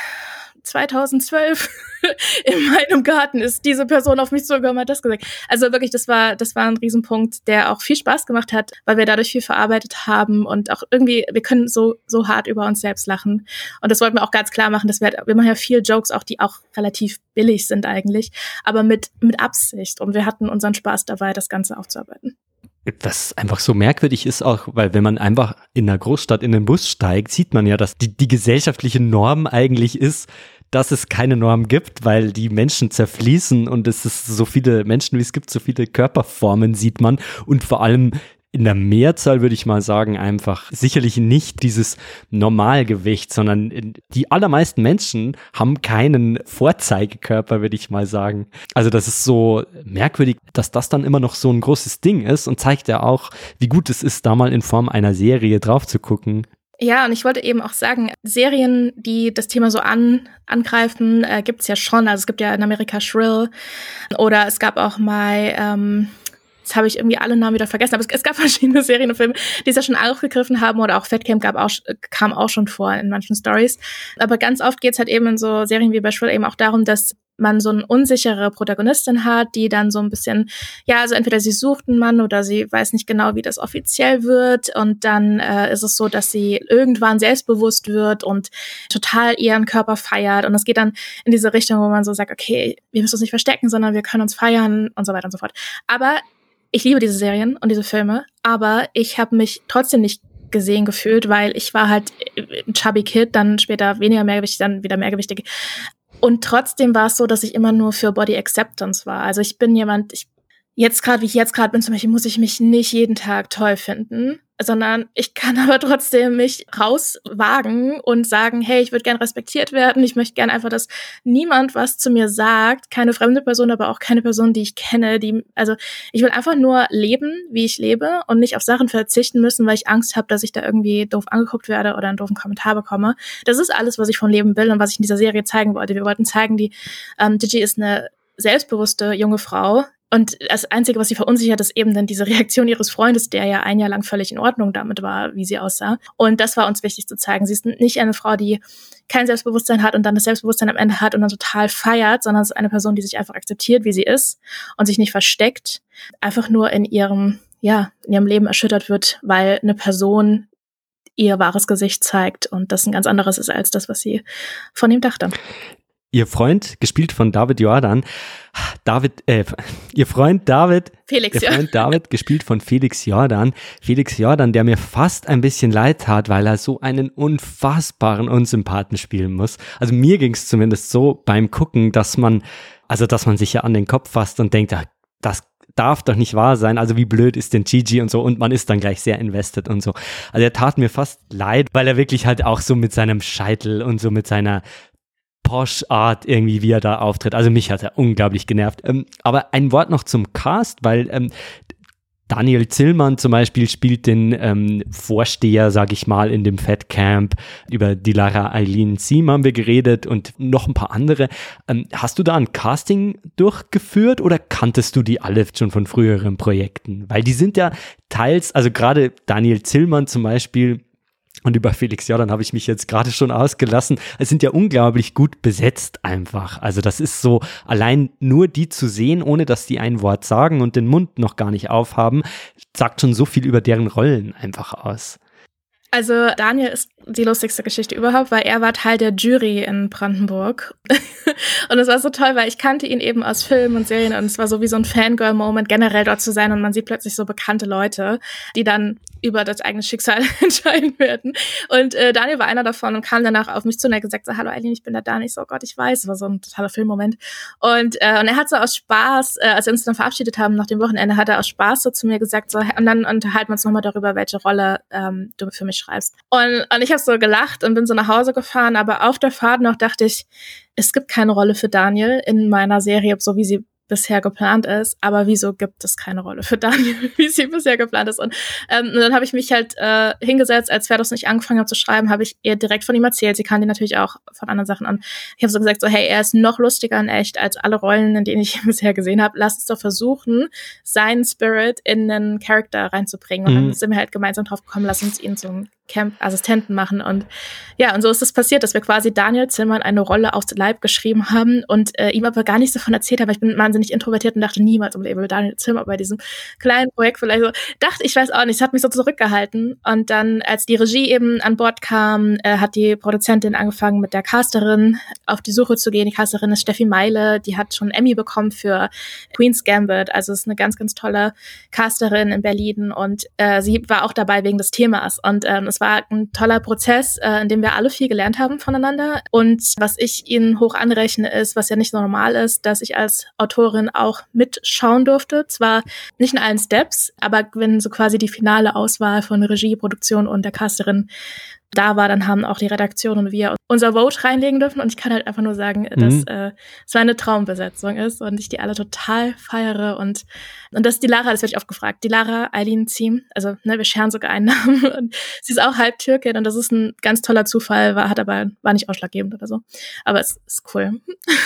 Speaker 1: 2012 in meinem Garten ist diese Person auf mich zugekommen, hat das gesagt. Also wirklich, das war ein Riesenpunkt, der auch viel Spaß gemacht hat, weil wir dadurch viel verarbeitet haben und auch irgendwie, wir können so hart über uns selbst lachen. Und das wollten wir auch ganz klar machen, wir machen ja viel Jokes auch, die auch relativ billig sind eigentlich, aber mit Absicht. Und wir hatten unseren Spaß dabei, das Ganze aufzuarbeiten.
Speaker 2: Was einfach so merkwürdig ist auch, weil wenn man einfach in einer Großstadt in den Bus steigt, sieht man ja, dass die gesellschaftliche Norm eigentlich ist, dass es keine Norm gibt, weil die Menschen zerfließen und es ist so viele Menschen, wie es gibt, so viele Körperformen sieht man und vor allem in der Mehrzahl würde ich mal sagen, einfach sicherlich nicht dieses Normalgewicht, sondern die allermeisten Menschen haben keinen Vorzeigekörper, würde ich mal sagen. Also das ist so merkwürdig, dass das dann immer noch so ein großes Ding ist und zeigt ja auch, wie gut es ist, da mal in Form einer Serie drauf zu gucken.
Speaker 1: Ja, und ich wollte eben auch sagen, Serien, die das Thema so angreifen, gibt's ja schon. Also es gibt ja in Amerika Shrill oder es gab auch mal jetzt habe ich irgendwie alle Namen wieder vergessen, aber es gab verschiedene Serien und Filme, die es ja schon aufgegriffen haben oder auch Fat Camp kam auch schon vor in manchen Stories. Aber ganz oft geht's halt eben in so Serien wie bei Shrill eben auch darum, dass man so eine unsichere Protagonistin hat, die dann so ein bisschen, ja, also entweder sie sucht einen Mann oder sie weiß nicht genau, wie das offiziell wird und dann ist es so, dass sie irgendwann selbstbewusst wird und total ihren Körper feiert und es geht dann in diese Richtung, wo man so sagt, okay, wir müssen uns nicht verstecken, sondern wir können uns feiern und so weiter und so fort. Aber ich liebe diese Serien und diese Filme, aber ich habe mich trotzdem nicht gesehen gefühlt, weil ich war halt ein chubby Kid, dann später weniger mehrgewichtig, dann wieder mehrgewichtig. Und trotzdem war es so, dass ich immer nur für Body Acceptance war. Also ich bin jemand, wie ich jetzt gerade bin zum Beispiel, muss ich mich nicht jeden Tag toll finden, sondern ich kann aber trotzdem mich rauswagen und sagen, hey, ich würde gern respektiert werden. Ich möchte gern einfach, dass niemand was zu mir sagt. Keine fremde Person, aber auch keine Person, die ich kenne. Also ich will einfach nur leben, wie ich lebe und nicht auf Sachen verzichten müssen, weil ich Angst habe, dass ich da irgendwie doof angeguckt werde oder einen doofen Kommentar bekomme. Das ist alles, was ich von Leben will und was ich in dieser Serie zeigen wollte. Wir wollten zeigen, Gigi ist eine selbstbewusste junge Frau. Und das Einzige, was sie verunsichert, ist eben dann diese Reaktion ihres Freundes, der ja ein Jahr lang völlig in Ordnung damit war, wie sie aussah. Und das war uns wichtig zu zeigen. Sie ist nicht eine Frau, die kein Selbstbewusstsein hat und dann das Selbstbewusstsein am Ende hat und dann total feiert, sondern es ist eine Person, die sich einfach akzeptiert, wie sie ist und sich nicht versteckt, einfach nur in ihrem Leben erschüttert wird, weil eine Person ihr wahres Gesicht zeigt und das ein ganz anderes ist als das, was sie von ihm dachte.
Speaker 2: Ihr Freund, gespielt von David Jordan, gespielt von Felix Jordan. Felix Jordan, der mir fast ein bisschen leid tat, weil er so einen unfassbaren Unsympathen spielen muss. Also mir ging es zumindest so beim Gucken, dass man sich ja an den Kopf fasst und denkt, das darf doch nicht wahr sein, also wie blöd ist denn Gigi und so und man ist dann gleich sehr invested und so. Also er tat mir fast leid, weil er wirklich halt auch so mit seinem Scheitel und so mit seiner Posh-Art irgendwie, wie er da auftritt. Also mich hat er unglaublich genervt. Aber ein Wort noch zum Cast, weil Daniel Zillmann zum Beispiel spielt den Vorsteher, sag ich mal, in dem Fat Camp. Über die Lara Eileen Siem haben wir geredet und noch ein paar andere. Hast du da ein Casting durchgeführt oder kanntest du die alle schon von früheren Projekten? Weil die sind ja teils, also gerade Daniel Zillmann zum Beispiel, und über Felix Jordan habe ich mich jetzt gerade schon ausgelassen. Es sind ja unglaublich gut besetzt einfach. Also das ist so, allein nur die zu sehen, ohne dass die ein Wort sagen und den Mund noch gar nicht aufhaben, sagt schon so viel über deren Rollen einfach aus.
Speaker 1: Also Daniel ist die lustigste Geschichte überhaupt, weil er war Teil der Jury in Brandenburg. Und es war so toll, weil ich kannte ihn eben aus Filmen und Serien und es war so wie so ein Fangirl-Moment, generell dort zu sein und man sieht plötzlich so bekannte Leute, die dann über das eigene Schicksal entscheiden werden. Und Daniel war einer davon und kam danach auf mich zu und er hat gesagt, so, hallo Eileen, ich bin der Daniel. Ich so, oh Gott, ich weiß. Das war so ein totaler Filmmoment. Und er hat so aus Spaß, als wir uns dann verabschiedet haben nach dem Wochenende, hat er aus Spaß so zu mir gesagt, so, und dann unterhalten wir uns nochmal darüber, welche Rolle du für mich schreibst. Und ich habe so gelacht und bin so nach Hause gefahren, aber auf der Fahrt noch dachte ich, es gibt keine Rolle für Daniel in meiner Serie, so wie sie bisher geplant ist, aber wieso gibt es keine Rolle für Daniel, wie sie bisher geplant ist? Und dann habe ich mich halt hingesetzt, als Ferdos und ich angefangen haben zu schreiben, habe ich ihr direkt von ihm erzählt. Sie kannte ihn natürlich auch von anderen Sachen an. Ich habe so gesagt, so hey, er ist noch lustiger in echt als alle Rollen, in denen ich ihn bisher gesehen habe. Lass uns doch versuchen, seinen Spirit in einen Charakter reinzubringen. Und dann sind wir halt gemeinsam drauf gekommen, lass uns ihn zum Camp-Assistenten machen. Und ja, und so ist es passiert, dass wir quasi Daniel Zillmann eine Rolle aufs Leib geschrieben haben und ihm aber gar nichts davon erzählt haben. Ich bin wahnsinnig introvertiert und dachte niemals im Leben will Daniel Zillmann bei diesem kleinen Projekt vielleicht so. Dachte, ich weiß auch nicht, es hat mich so zurückgehalten. Und dann, als die Regie eben an Bord kam, hat die Produzentin angefangen, mit der Casterin auf die Suche zu gehen. Die Casterin ist Steffi Meile, die hat schon einen Emmy bekommen für Queen's Gambit. Also ist eine ganz, ganz tolle Casterin in Berlin und sie war auch dabei wegen des Themas. Und es war ein toller Prozess, in dem wir alle viel gelernt haben voneinander. Und was ich ihnen hoch anrechne ist, was ja nicht so normal ist, dass ich als Autorin auch mitschauen durfte. Zwar nicht in allen Steps, aber wenn so quasi die finale Auswahl von Regie, Produktion und der Casterin da war, dann haben auch die Redaktion und wir unser Vote reinlegen dürfen. Und ich kann halt einfach nur sagen, dass es eine Traumbesetzung ist und ich die alle total feiere. Und das ist die Lara, das werde ich oft gefragt. Die Lara Aylin Ziem, also wir scheren sogar einen Namen. Und sie ist auch halb Türkin und das ist ein ganz toller Zufall, war nicht ausschlaggebend oder so. Aber es ist cool.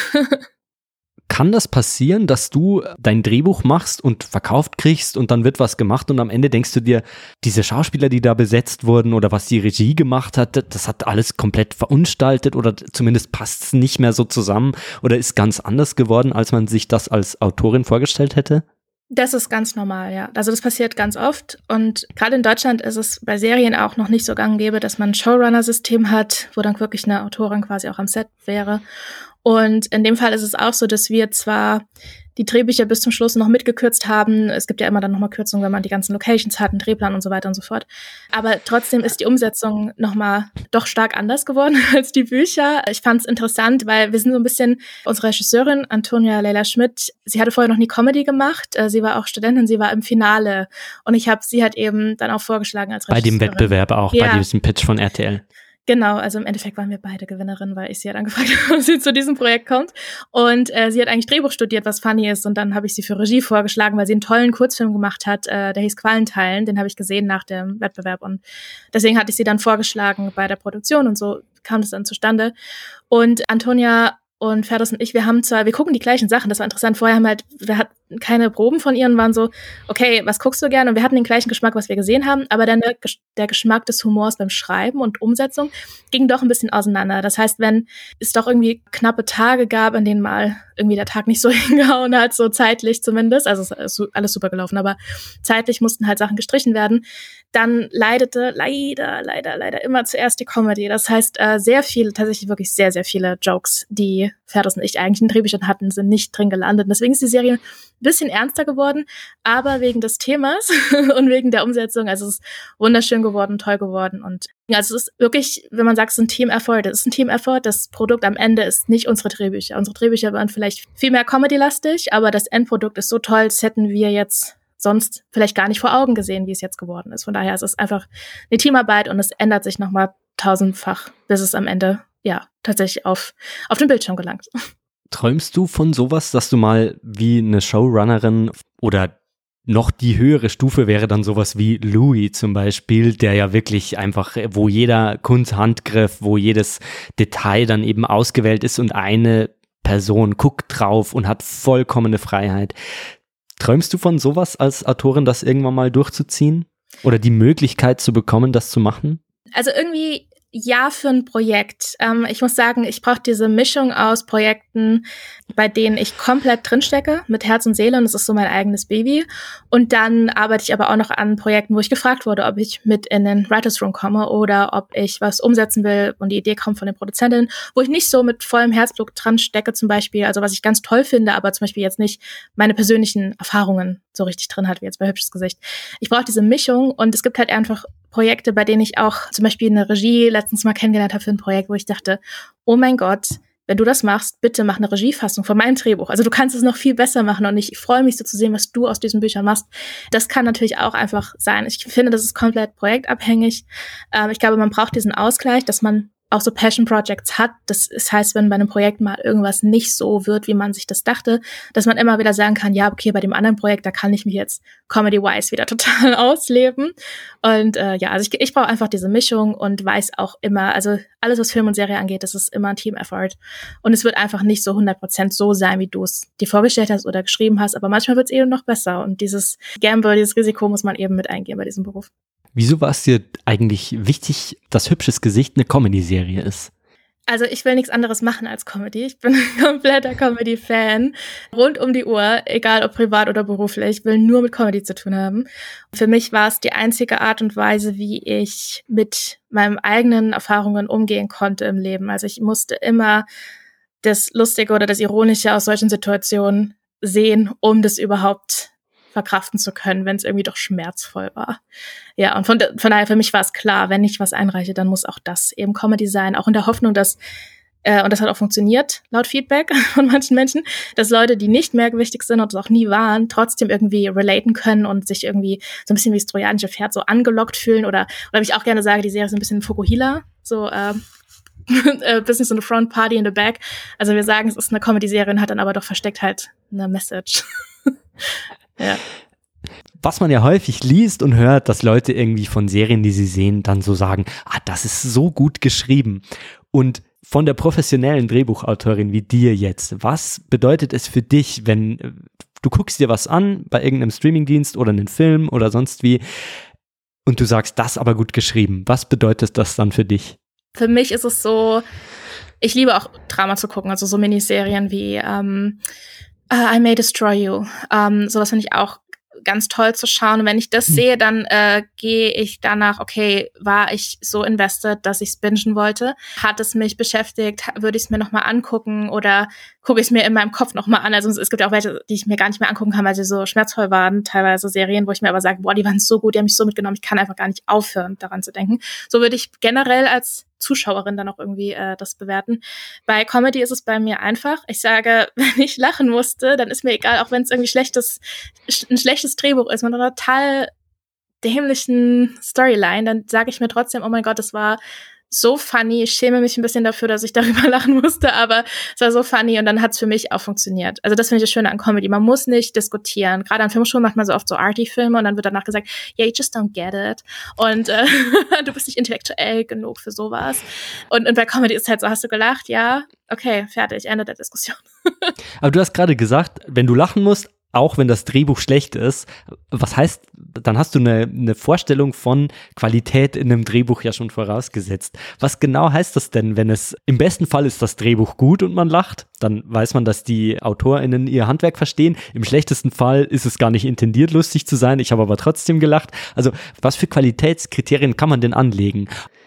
Speaker 2: Kann das passieren, dass du dein Drehbuch machst und verkauft kriegst und dann wird was gemacht und am Ende denkst du dir, diese Schauspieler, die da besetzt wurden oder was die Regie gemacht hat, das hat alles komplett verunstaltet oder zumindest passt es nicht mehr so zusammen oder ist ganz anders geworden, als man sich das als Autorin vorgestellt hätte?
Speaker 1: Das ist ganz normal, ja. Also das passiert ganz oft und gerade in Deutschland ist es bei Serien auch noch nicht so gang und gäbe, dass man ein Showrunner-System hat, wo dann wirklich eine Autorin quasi auch am Set wäre. Und in dem Fall ist es auch so, dass wir zwar die Drehbücher bis zum Schluss noch mitgekürzt haben. Es gibt ja immer dann nochmal Kürzungen, wenn man die ganzen Locations hat, einen Drehplan und so weiter und so fort. Aber trotzdem ist die Umsetzung nochmal doch stark anders geworden als die Bücher. Ich fand es interessant, weil wir sind so ein bisschen, unsere Regisseurin Antonia Leila Schmidt, sie hatte vorher noch nie Comedy gemacht. Sie war auch Studentin, sie war im Finale. Und sie hat eben dann auch vorgeschlagen als Regisseurin.
Speaker 2: Bei dem Wettbewerb auch, ja. Bei diesem Pitch von RTL.
Speaker 1: Genau, also im Endeffekt waren wir beide Gewinnerinnen, weil ich sie halt angefragt habe, ob sie zu diesem Projekt kommt. Und sie hat eigentlich Drehbuch studiert, was funny ist. Und dann habe ich sie für Regie vorgeschlagen, weil sie einen tollen Kurzfilm gemacht hat, der hieß Qualenteilen. Den habe ich gesehen nach dem Wettbewerb. Und deswegen hatte ich sie dann vorgeschlagen bei der Produktion und so kam das dann zustande. Und Antonia und Ferdos und ich, wir gucken die gleichen Sachen. Das war interessant. Vorher wir hatten keine Proben von ihr und waren so, okay, was guckst du gerne? Und wir hatten den gleichen Geschmack, was wir gesehen haben, aber dann der Geschmack des Humors beim Schreiben und Umsetzung ging doch ein bisschen auseinander. Das heißt, wenn es doch irgendwie knappe Tage gab, in denen mal irgendwie der Tag nicht so hingehauen hat, so zeitlich zumindest, also es ist alles super gelaufen, aber zeitlich mussten halt Sachen gestrichen werden, dann leidete leider immer zuerst die Comedy. Das heißt, tatsächlich wirklich sehr, sehr viele Jokes, die Ferdos und ich eigentlich in Drehbüchern hatten, sind nicht drin gelandet. Und deswegen ist die Serie ein bisschen ernster geworden, aber wegen des Themas und wegen der Umsetzung, also es ist wunderschön geworden, toll geworden und also es ist wirklich, wenn man sagt, es ist ein Team-Effort, es ist ein Team-Effort, das Produkt am Ende ist nicht unsere Drehbücher. Unsere Drehbücher waren vielleicht viel mehr Comedy-lastig, aber das Endprodukt ist so toll, das hätten wir jetzt sonst vielleicht gar nicht vor Augen gesehen, wie es jetzt geworden ist. Von daher ist es einfach eine Teamarbeit und es ändert sich nochmal tausendfach, bis es am Ende ja tatsächlich auf den Bildschirm gelangt.
Speaker 2: Träumst du von sowas, dass du mal wie eine Showrunnerin oder noch die höhere Stufe wäre dann sowas wie Louis zum Beispiel, der ja wirklich einfach, wo jeder Kunsthandgriff, wo jedes Detail dann eben ausgewählt ist und eine Person guckt drauf und hat vollkommene Freiheit. Träumst du von sowas als Autorin, das irgendwann mal durchzuziehen? Oder die Möglichkeit zu bekommen, das zu machen?
Speaker 1: Also irgendwie ja für ein Projekt. Ich muss sagen, ich brauche diese Mischung aus Projekten, bei denen ich komplett drinstecke, mit Herz und Seele, und das ist so mein eigenes Baby. Und dann arbeite ich aber auch noch an Projekten, wo ich gefragt wurde, ob ich mit in den Writers Room komme oder ob ich was umsetzen will und die Idee kommt von den Produzentinnen, wo ich nicht so mit vollem Herzblut dran stecke zum Beispiel, also was ich ganz toll finde, aber zum Beispiel jetzt nicht meine persönlichen Erfahrungen so richtig drin hat, wie jetzt bei Hübsches Gesicht. Ich brauche diese Mischung und es gibt halt einfach Projekte, bei denen ich auch zum Beispiel eine Regie letztens mal kennengelernt habe für ein Projekt, wo ich dachte, oh mein Gott, wenn du das machst, bitte mach eine Regiefassung von meinem Drehbuch. Also du kannst es noch viel besser machen und ich freue mich so zu sehen, was du aus diesen Büchern machst. Das kann natürlich auch einfach sein. Ich finde, das ist komplett projektabhängig. Ich glaube, man braucht diesen Ausgleich, dass man auch so Passion Projects hat. Das heißt, wenn bei einem Projekt mal irgendwas nicht so wird, wie man sich das dachte, dass man immer wieder sagen kann, ja, okay, bei dem anderen Projekt, da kann ich mich jetzt comedy-wise wieder total ausleben. Und also ich brauche einfach diese Mischung und weiß auch immer, also alles, was Film und Serie angeht, das ist immer ein Team-Effort. Und es wird einfach nicht so 100% so sein, wie du es dir vorgestellt hast oder geschrieben hast, aber manchmal wird es eben noch besser. Und dieses Gamble, dieses Risiko muss man eben mit eingehen bei diesem Beruf.
Speaker 2: Wieso war es dir eigentlich wichtig, dass Hübsches Gesicht eine Comedy-Serie ist?
Speaker 1: Also ich will nichts anderes machen als Comedy. Ich bin ein kompletter Comedy-Fan. Rund um die Uhr, egal ob privat oder beruflich, ich will nur mit Comedy zu tun haben. Für mich war es die einzige Art und Weise, wie ich mit meinen eigenen Erfahrungen umgehen konnte im Leben. Also ich musste immer das Lustige oder das Ironische aus solchen Situationen sehen, um das überhaupt verkraften zu können, wenn es irgendwie doch schmerzvoll war. Ja, und von daher für mich war es klar, wenn ich was einreiche, dann muss auch das eben Comedy sein, auch in der Hoffnung, dass, und das hat auch funktioniert, laut Feedback von manchen Menschen, dass Leute, die nicht mehrgewichtig sind und es auch nie waren, trotzdem irgendwie relaten können und sich irgendwie so ein bisschen wie das trojanische Pferd so angelockt fühlen oder wie ich auch gerne sage, die Serie ist ein bisschen Fukuhila, so Business in the front, Party in the back. Also wir sagen, es ist eine Comedy-Serie und hat dann aber doch versteckt halt eine Message. Ja.
Speaker 2: Was man ja häufig liest und hört, dass Leute irgendwie von Serien, die sie sehen, dann so sagen, das ist so gut geschrieben. Und von der professionellen Drehbuchautorin wie dir jetzt, was bedeutet es für dich, wenn du guckst dir was an bei irgendeinem Streamingdienst oder einen Film oder sonst wie und du sagst, das aber gut geschrieben. Was bedeutet das dann für dich?
Speaker 1: Für mich ist es so, ich liebe auch Drama zu gucken, also so Miniserien wie I May Destroy You. Sowas finde ich auch ganz toll zu schauen. Und wenn ich das sehe, dann gehe ich danach, okay, war ich so invested, dass ich es bingen wollte? Hat es mich beschäftigt? Würde ich es mir nochmal angucken oder gucke ich es mir in meinem Kopf nochmal an? Also es gibt ja auch welche, die ich mir gar nicht mehr angucken kann, weil sie so schmerzvoll waren. Teilweise Serien, wo ich mir aber sage, boah, die waren so gut, die haben mich so mitgenommen, ich kann einfach gar nicht aufhören, daran zu denken. So würde ich generell als Zuschauerin dann auch irgendwie das bewerten. Bei Comedy ist es bei mir einfach. Ich sage, wenn ich lachen musste, dann ist mir egal, auch wenn es irgendwie ein schlechtes Drehbuch ist, mit einer total dämlichen Storyline, dann sage ich mir trotzdem, oh mein Gott, das war so funny. Ich schäme mich ein bisschen dafür, dass ich darüber lachen musste, aber es war so funny und dann hat es für mich auch funktioniert. Also das finde ich das Schöne an Comedy. Man muss nicht diskutieren. Gerade an Filmschulen macht man so oft so Arty-Filme und dann wird danach gesagt, yeah, you just don't get it. Und du bist nicht intellektuell genug für sowas. Und bei Comedy ist es halt so, hast du gelacht? Ja, okay, fertig, Ende der Diskussion.
Speaker 2: Aber du hast gerade gesagt, wenn du lachen musst, auch wenn das Drehbuch schlecht ist, was heißt, dann hast du eine Vorstellung von Qualität in einem Drehbuch ja schon vorausgesetzt. Was genau heißt das denn, wenn es, im besten Fall ist das Drehbuch gut und man lacht, dann weiß man, dass die AutorInnen ihr Handwerk verstehen. Im schlechtesten Fall ist es gar nicht intendiert, lustig zu sein, ich habe aber trotzdem gelacht. Also, was für Qualitätskriterien kann man denn anlegen?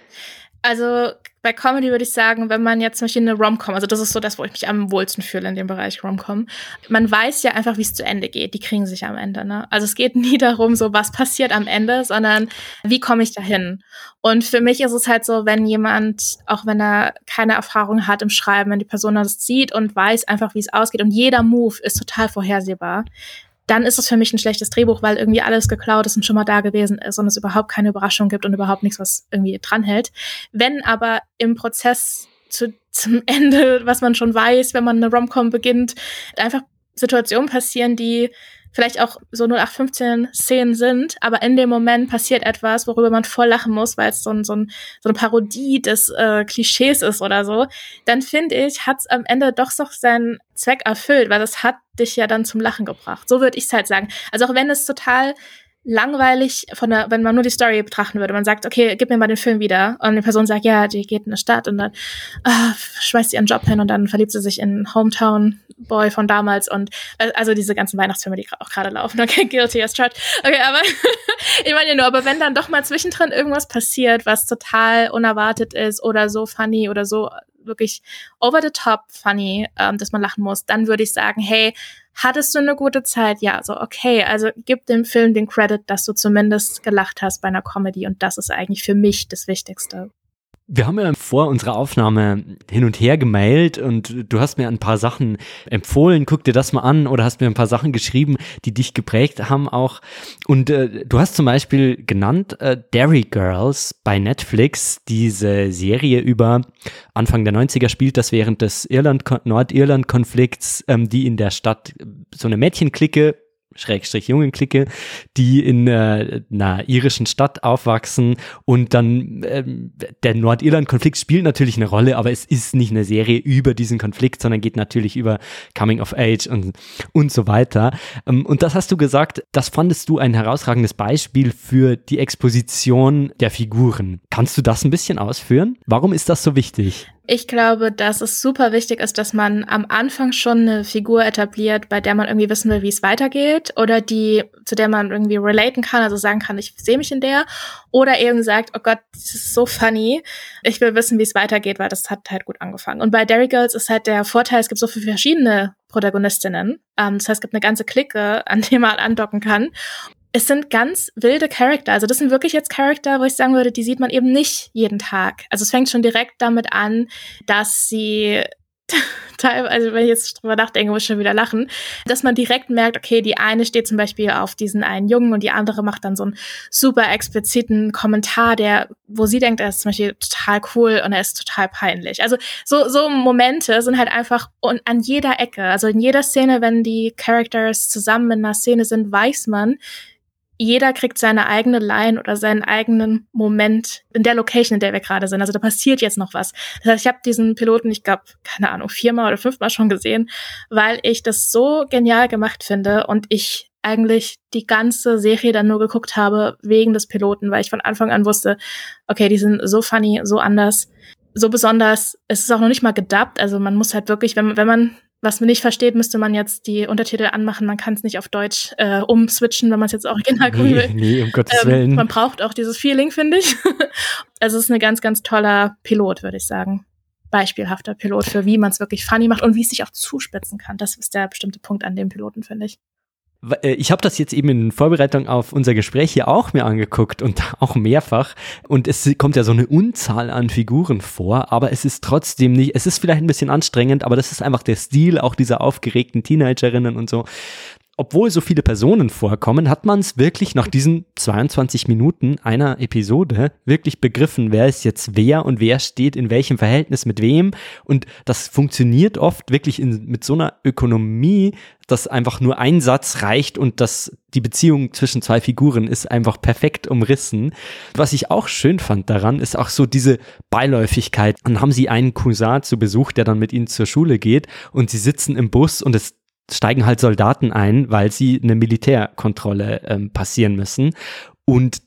Speaker 1: Also bei Comedy würde ich sagen, wenn man jetzt zum Beispiel eine Rom-Com, also das ist so das, wo ich mich am wohlsten fühle in dem Bereich Rom-Com, man weiß ja einfach, wie es zu Ende geht. Die kriegen sich am Ende, ne? Also es geht nie darum, so was passiert am Ende, sondern wie komme ich dahin? Und für mich ist es halt so, wenn jemand, auch wenn er keine Erfahrung hat im Schreiben, wenn die Person das sieht und weiß einfach, wie es ausgeht und jeder Move ist total vorhersehbar, dann ist es für mich ein schlechtes Drehbuch, weil irgendwie alles geklaut ist und schon mal da gewesen ist und es überhaupt keine Überraschung gibt und überhaupt nichts, was irgendwie dranhält. Wenn aber im Prozess zum Ende, was man schon weiß, wenn man eine Rom-Com beginnt, einfach Situationen passieren, die vielleicht auch so 0815 Szenen sind, aber in dem Moment passiert etwas, worüber man voll lachen muss, weil es so eine Parodie des Klischees ist oder so, dann finde ich, hat es am Ende doch so seinen Zweck erfüllt, weil das hat dich ja dann zum Lachen gebracht. So würde ich es halt sagen. Also auch wenn es total langweilig wenn man nur die Story betrachten würde. Man sagt, okay, gib mir mal den Film wieder. Und die Person sagt, ja, die geht in eine Stadt und dann schmeißt sie ihren Job hin und dann verliebt sie sich in Hometown Boy von damals und also diese ganzen Weihnachtsfilme, die auch gerade laufen. Okay, guilty as charged. Okay, aber ich meine ja nur, aber wenn dann doch mal zwischendrin irgendwas passiert, was total unerwartet ist oder so funny oder so wirklich over the top funny, dass man lachen muss, dann würde ich sagen, hey, hattest du eine gute Zeit? Ja, so okay, also gib dem Film den Credit, dass du zumindest gelacht hast bei einer Comedy und das ist eigentlich für mich das Wichtigste.
Speaker 2: Wir haben ja vor unserer Aufnahme hin und her gemailt und du hast mir ein paar Sachen empfohlen, guck dir das mal an, oder hast mir ein paar Sachen geschrieben, die dich geprägt haben auch. Und du hast zum Beispiel genannt Derry Girls bei Netflix, diese Serie über Anfang der 90er spielt das während des Nordirland-Konflikts, die in der Stadt so eine Mädchenklicke Schrägstrich Jungenklicke, die in einer irischen Stadt aufwachsen, und dann der Nordirland-Konflikt spielt natürlich eine Rolle, aber es ist nicht eine Serie über diesen Konflikt, sondern geht natürlich über Coming of Age und so weiter. Und das hast du gesagt, das fandest du ein herausragendes Beispiel für die Exposition der Figuren. Kannst du das ein bisschen ausführen? Warum ist das so wichtig?
Speaker 1: Ich glaube, dass es super wichtig ist, dass man am Anfang schon eine Figur etabliert, bei der man irgendwie wissen will, wie es weitergeht, oder zu der man irgendwie relaten kann, also sagen kann, ich sehe mich in der, oder eben sagt, oh Gott, das ist so funny, ich will wissen, wie es weitergeht, weil das hat halt gut angefangen. Und bei Derry Girls ist halt der Vorteil, es gibt so viele verschiedene Protagonistinnen, das heißt, es gibt eine ganze Clique, an der man andocken kann. Es sind ganz wilde Charakter. Also das sind wirklich jetzt Charakter, wo ich sagen würde, die sieht man eben nicht jeden Tag. Also es fängt schon direkt damit an, dass sie teilweise, also wenn ich jetzt drüber nachdenke, muss ich schon wieder lachen, dass man direkt merkt, okay, die eine steht zum Beispiel auf diesen einen Jungen und die andere macht dann so einen super expliziten Kommentar, wo sie denkt, er ist zum Beispiel total cool und er ist total peinlich. Also so Momente sind halt einfach an jeder Ecke. Also in jeder Szene, wenn die Characters zusammen in einer Szene sind, weiß man, jeder kriegt seine eigene Line oder seinen eigenen Moment in der Location, in der wir gerade sind. Also da passiert jetzt noch was. Das heißt, ich habe diesen Piloten, ich glaube, keine Ahnung, 4-mal oder 5-mal schon gesehen, weil ich das so genial gemacht finde und ich eigentlich die ganze Serie dann nur geguckt habe wegen des Piloten, weil ich von Anfang an wusste, okay, die sind so funny, so anders, so besonders. Es ist auch noch nicht mal gedubbt, also man muss halt wirklich, wenn man was man nicht versteht, müsste man jetzt die Untertitel anmachen. Man kann es nicht auf Deutsch umswitchen, wenn man es jetzt original gucken will.
Speaker 2: Nee, um Gottes Willen.
Speaker 1: Man braucht auch dieses Feeling, finde ich. Also es ist ein ganz, ganz toller Pilot, würde ich sagen. Beispielhafter Pilot für wie man es wirklich funny macht und wie es sich auch zuspitzen kann. Das ist der bestimmte Punkt an dem Piloten, finde ich.
Speaker 2: Ich habe das jetzt eben in Vorbereitung auf unser Gespräch hier auch mir angeguckt und auch mehrfach, und es kommt ja so eine Unzahl an Figuren vor, aber es ist trotzdem nicht, es ist vielleicht ein bisschen anstrengend, aber das ist einfach der Stil auch dieser aufgeregten Teenagerinnen und so. Obwohl so viele Personen vorkommen, hat man es wirklich nach diesen 22 Minuten einer Episode wirklich begriffen, wer ist jetzt wer und wer steht in welchem Verhältnis mit wem. Und das funktioniert oft wirklich mit so einer Ökonomie, dass einfach nur ein Satz reicht und die Beziehung zwischen zwei Figuren ist einfach perfekt umrissen. Was ich auch schön fand daran, ist auch so diese Beiläufigkeit. Dann haben sie einen Cousin zu Besuch, der dann mit ihnen zur Schule geht, und sie sitzen im Bus und es steigen halt Soldaten ein, weil sie eine Militärkontrolle passieren müssen. Und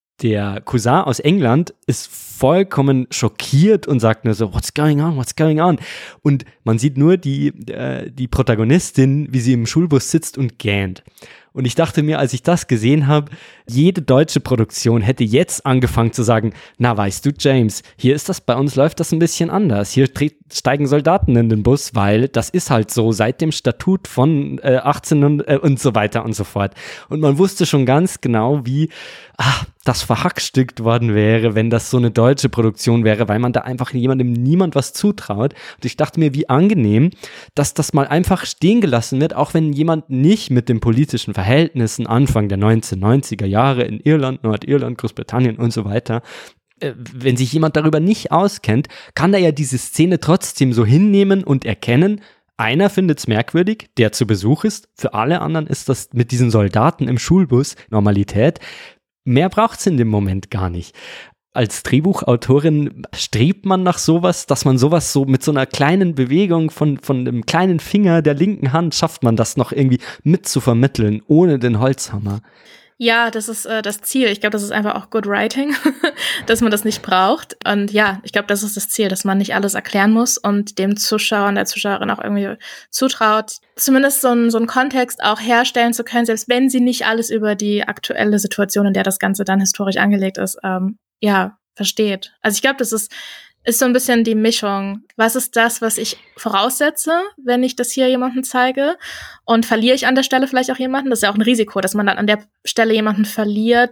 Speaker 2: der Cousin aus England ist vollkommen schockiert und sagt nur so, what's going on, what's going on? Und man sieht nur die Protagonistin, wie sie im Schulbus sitzt und gähnt. Und ich dachte mir, als ich das gesehen habe, jede deutsche Produktion hätte jetzt angefangen zu sagen, na weißt du, James, bei uns läuft das ein bisschen anders. Hier steigen Soldaten in den Bus, weil das ist halt so seit dem Statut von 18 und so weiter und so fort. Und man wusste schon ganz genau, wie das verhackstückt worden wäre, wenn das so eine deutsche Produktion wäre, weil man da einfach niemand was zutraut. Und ich dachte mir, wie angenehm, dass das mal einfach stehen gelassen wird, auch wenn jemand nicht mit den politischen Verhältnissen Anfang der 1990er Jahre in Irland, Nordirland, Großbritannien und so weiter, wenn sich jemand darüber nicht auskennt, kann er ja diese Szene trotzdem so hinnehmen und erkennen. Einer findet es merkwürdig, der zu Besuch ist. Für alle anderen ist das mit diesen Soldaten im Schulbus Normalität. Mehr braucht es in dem Moment gar nicht. Als Drehbuchautorin strebt man nach sowas, dass man sowas so mit so einer kleinen Bewegung von einem kleinen Finger der linken Hand schafft man das noch irgendwie mit zu vermitteln, ohne den Holzhammer.
Speaker 1: Ja, das ist das Ziel. Ich glaube, das ist einfach auch Good Writing, dass man das nicht braucht. Und ja, ich glaube, das ist das Ziel, dass man nicht alles erklären muss und dem Zuschauer und der Zuschauerin auch irgendwie zutraut, zumindest so einen Kontext auch herstellen zu können, selbst wenn sie nicht alles über die aktuelle Situation, in der das Ganze dann historisch angelegt ist, versteht. Also ich glaube, das ist so ein bisschen die Mischung. Was ist das, was ich voraussetze, wenn ich das hier jemandem zeige? Und verliere ich an der Stelle vielleicht auch jemanden? Das ist ja auch ein Risiko, dass man dann an der Stelle jemanden verliert,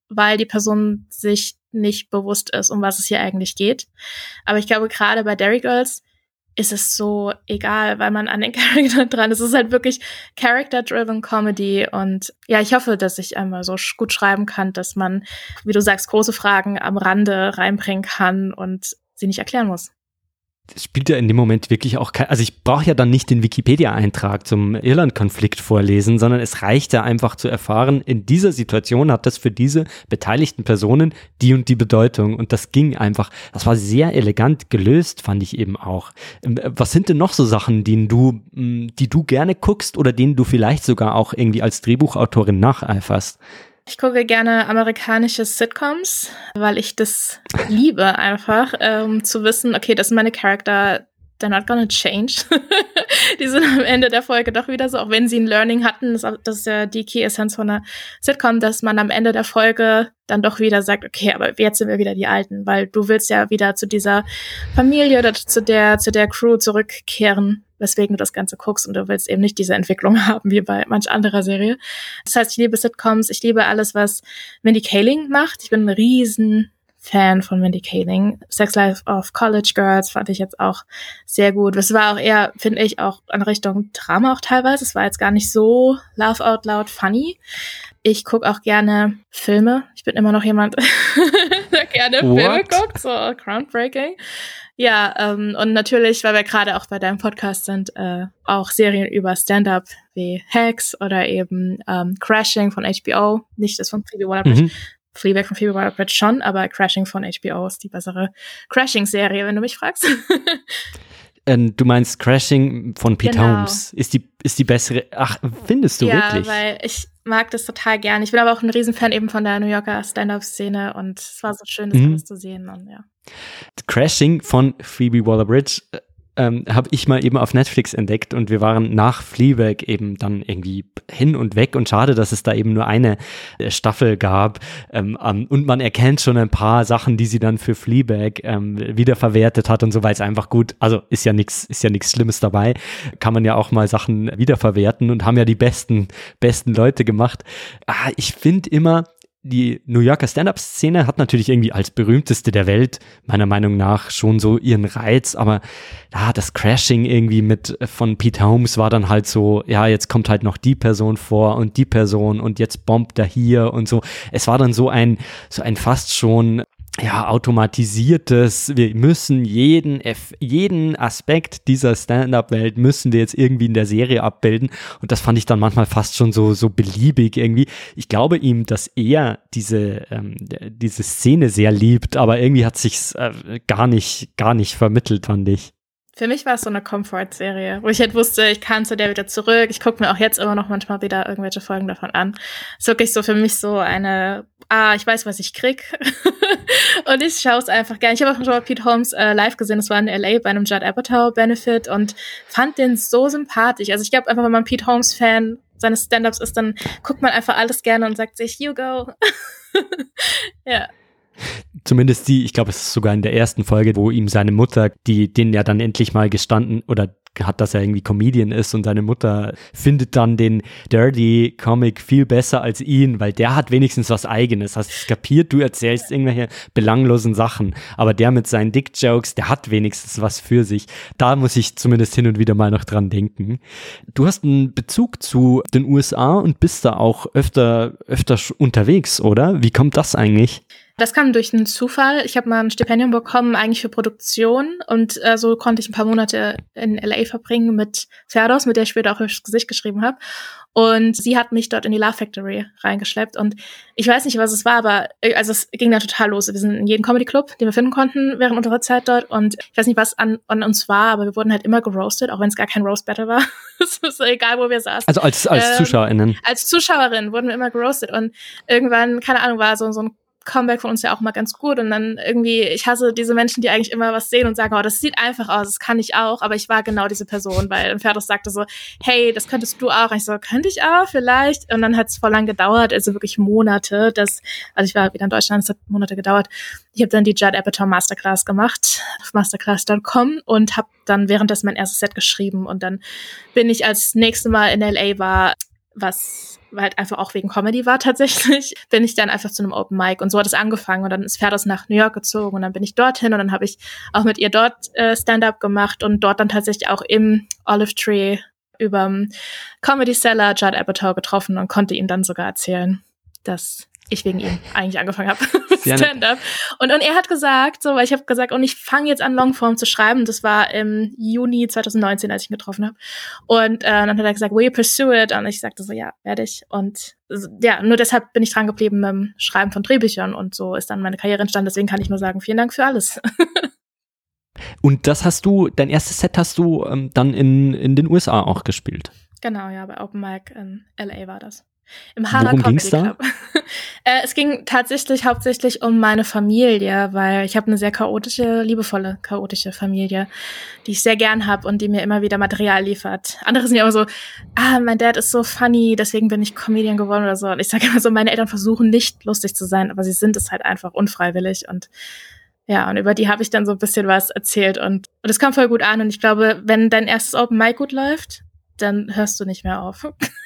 Speaker 1: weil die Person sich nicht bewusst ist, um was es hier eigentlich geht. Aber ich glaube, gerade bei Derry Girls ist es so egal, weil man an den Charakteren dran ist. Es ist halt wirklich Character-driven Comedy und ja, ich hoffe, dass ich einmal so gut schreiben kann, dass man, wie du sagst, große Fragen am Rande reinbringen kann und sie nicht erklären muss.
Speaker 2: Das spielt ja in dem Moment wirklich auch also ich brauche ja dann nicht den Wikipedia-Eintrag zum Irland-Konflikt vorlesen, sondern es reicht ja einfach zu erfahren, in dieser Situation hat das für diese beteiligten Personen die und die Bedeutung und das ging einfach, das war sehr elegant gelöst, fand ich eben auch. Was sind denn noch so Sachen, die du gerne guckst oder denen du vielleicht sogar auch irgendwie als Drehbuchautorin nacheiferst?
Speaker 1: Ich gucke gerne amerikanische Sitcoms, weil ich das liebe einfach, zu wissen, okay, das sind meine Charakter, they're not gonna change. Die sind am Ende der Folge doch wieder so, auch wenn sie ein Learning hatten, das ist ja die Key-Essenz von einer Sitcom, dass man am Ende der Folge dann doch wieder sagt, okay, aber jetzt sind wir wieder die Alten, weil du willst ja wieder zu dieser Familie oder zu der Crew zurückkehren, weswegen du das Ganze guckst und du willst eben nicht diese Entwicklung haben wie bei manch anderer Serie. Das heißt, ich liebe Sitcoms, ich liebe alles, was Mindy Kaling macht. Ich bin ein riesen Fan von Mindy Kaling. Sex Life of College Girls fand ich jetzt auch sehr gut. Es war auch eher, finde ich, auch in Richtung Drama auch teilweise. Es war jetzt gar nicht so laugh out loud funny. Ich gucke auch gerne Filme. Ich bin immer noch jemand, der gerne Filme guckt, so groundbreaking. Ja, und natürlich, weil wir gerade auch bei deinem Podcast sind, auch Serien über Stand-up wie Hacks oder eben Crashing von HBO. Nicht das von Phoebe Waller-Bridge. Fleabag von Phoebe Waller-Bridge schon, aber Crashing von HBO ist die bessere Crashing-Serie, wenn du mich fragst.
Speaker 2: Du meinst Crashing von Pete Holmes. Ist die bessere? Ach, findest du wirklich?
Speaker 1: Ja, weil ich mag das total gern. Ich bin aber auch ein Riesenfan eben von der New Yorker Stand-Up-Szene und es war so schön, das alles zu sehen. Und, ja.
Speaker 2: Crashing von Phoebe Waller-Bridge habe ich mal eben auf Netflix entdeckt und wir waren nach Fleabag eben dann irgendwie hin und weg und schade, dass es da eben nur eine Staffel gab und man erkennt schon ein paar Sachen, die sie dann für Fleabag wiederverwertet hat und so, weil es einfach gut, also ist ja nichts Schlimmes dabei, kann man ja auch mal Sachen wiederverwerten und haben ja die besten Leute gemacht. Ich finde immer, die New Yorker Stand-Up-Szene hat natürlich irgendwie als berühmteste der Welt, meiner Meinung nach, schon so ihren Reiz, aber das Crashing irgendwie von Pete Holmes war dann halt so, ja, jetzt kommt halt noch die Person vor und die Person und jetzt bombt er hier und so. Es war dann so ein fast schon automatisiertes, wir müssen jeden Aspekt dieser Stand-Up-Welt müssen wir jetzt irgendwie in der Serie abbilden und das fand ich dann manchmal fast schon so beliebig irgendwie. Ich glaube ihm, dass er diese Szene sehr liebt, aber irgendwie hat sich's gar nicht vermittelt, fand ich.
Speaker 1: Für mich war es so eine Comfort-Serie, wo ich halt wusste, ich kann zu der wieder zurück. Ich gucke mir auch jetzt immer noch manchmal wieder irgendwelche Folgen davon an. Ist wirklich so für mich so eine, ich weiß, was ich krieg. Und ich schaue es einfach gerne. Ich habe auch schon mal Pete Holmes live gesehen. Das war in L.A. bei einem Judd Apatow-Benefit und fand den so sympathisch. Also ich glaube einfach, wenn man Pete Holmes-Fan seines Stand-Ups ist, dann guckt man einfach alles gerne und sagt sich, you go. Ja.
Speaker 2: Zumindest ich glaube, es ist sogar in der ersten Folge, wo ihm seine Mutter, den ja dann endlich mal gestanden oder hat, dass er irgendwie Comedian ist und seine Mutter findet dann den Dirty Comic viel besser als ihn, weil der hat wenigstens was Eigenes. Hast du es kapiert? Du erzählst irgendwelche belanglosen Sachen, aber der mit seinen Dick-Jokes, der hat wenigstens was für sich. Da muss ich zumindest hin und wieder mal noch dran denken. Du hast einen Bezug zu den USA und bist da auch öfter unterwegs, oder? Wie kommt das eigentlich?
Speaker 1: Das kam durch einen Zufall. Ich habe mal ein Stipendium bekommen, eigentlich für Produktion. Und so konnte ich ein paar Monate in L.A. verbringen mit Ferdos, mit der ich später auch hübsches Gesicht geschrieben habe. Und sie hat mich dort in die Laugh Factory reingeschleppt. Und ich weiß nicht, was es war, aber also es ging da total los. Wir sind in jedem Comedy-Club, den wir finden konnten während unserer Zeit dort. Und ich weiß nicht, was an uns war, aber wir wurden halt immer geroastet, auch wenn es gar kein Roast-Battle war. Es ist egal, wo wir saßen.
Speaker 2: Also als ZuschauerInnen?
Speaker 1: Als Zuschauerin wurden wir immer geroastet. Und irgendwann, keine Ahnung, war so ein Comeback von uns ja auch mal ganz gut und dann irgendwie, ich hasse diese Menschen, die eigentlich immer was sehen und sagen, das sieht einfach aus, das kann ich auch, aber ich war genau diese Person, weil Ferdos sagte so, hey, das könntest du auch. Und ich so, könnte ich auch, vielleicht? Und dann hat es voll lang gedauert, also wirklich Monate, also ich war wieder in Deutschland, es hat Monate gedauert. Ich habe dann die Judd Apatow Masterclass gemacht auf masterclass.com und habe dann währenddessen mein erstes Set geschrieben und dann bin ich als nächste Mal in L.A. war, was halt einfach auch wegen Comedy war tatsächlich, bin ich dann einfach zu einem Open Mic und so hat es angefangen und dann ist Ferdos nach New York gezogen und dann bin ich dorthin und dann habe ich auch mit ihr dort Stand-up gemacht und dort dann tatsächlich auch im Olive Tree überm Comedy Cellar Judd Apatow getroffen und konnte ihm dann sogar erzählen, dass ich wegen ihm eigentlich angefangen habe mit Stand-up. Und er hat gesagt, so, weil ich habe gesagt, und ich fange jetzt an, Longform zu schreiben. Das war im Juni 2019, als ich ihn getroffen habe. Und dann hat er gesagt, will you pursue it? Und ich sagte so, ja, werde ich. Und ja, nur deshalb bin ich dran geblieben mit dem Schreiben von Drehbüchern. Und so ist dann meine Karriere entstanden. Deswegen kann ich nur sagen, vielen Dank für alles.
Speaker 2: Und dein erstes Set hast du dann in den USA auch gespielt?
Speaker 1: Genau, ja, bei Open Mic in LA war das. Im Hana
Speaker 2: Worum
Speaker 1: Comedy
Speaker 2: ging's da?
Speaker 1: Club. Es ging tatsächlich hauptsächlich um meine Familie, weil ich habe eine sehr liebevolle, chaotische Familie, die ich sehr gern habe und die mir immer wieder Material liefert. Andere sind ja immer so, mein Dad ist so funny, deswegen bin ich Comedian geworden oder so. Und ich sage immer so, meine Eltern versuchen nicht lustig zu sein, aber sie sind es halt einfach unfreiwillig. Und ja, und über die habe ich dann so ein bisschen was erzählt und es kam voll gut an. Und ich glaube, wenn dein erstes Open Mic gut läuft, dann hörst du nicht mehr auf.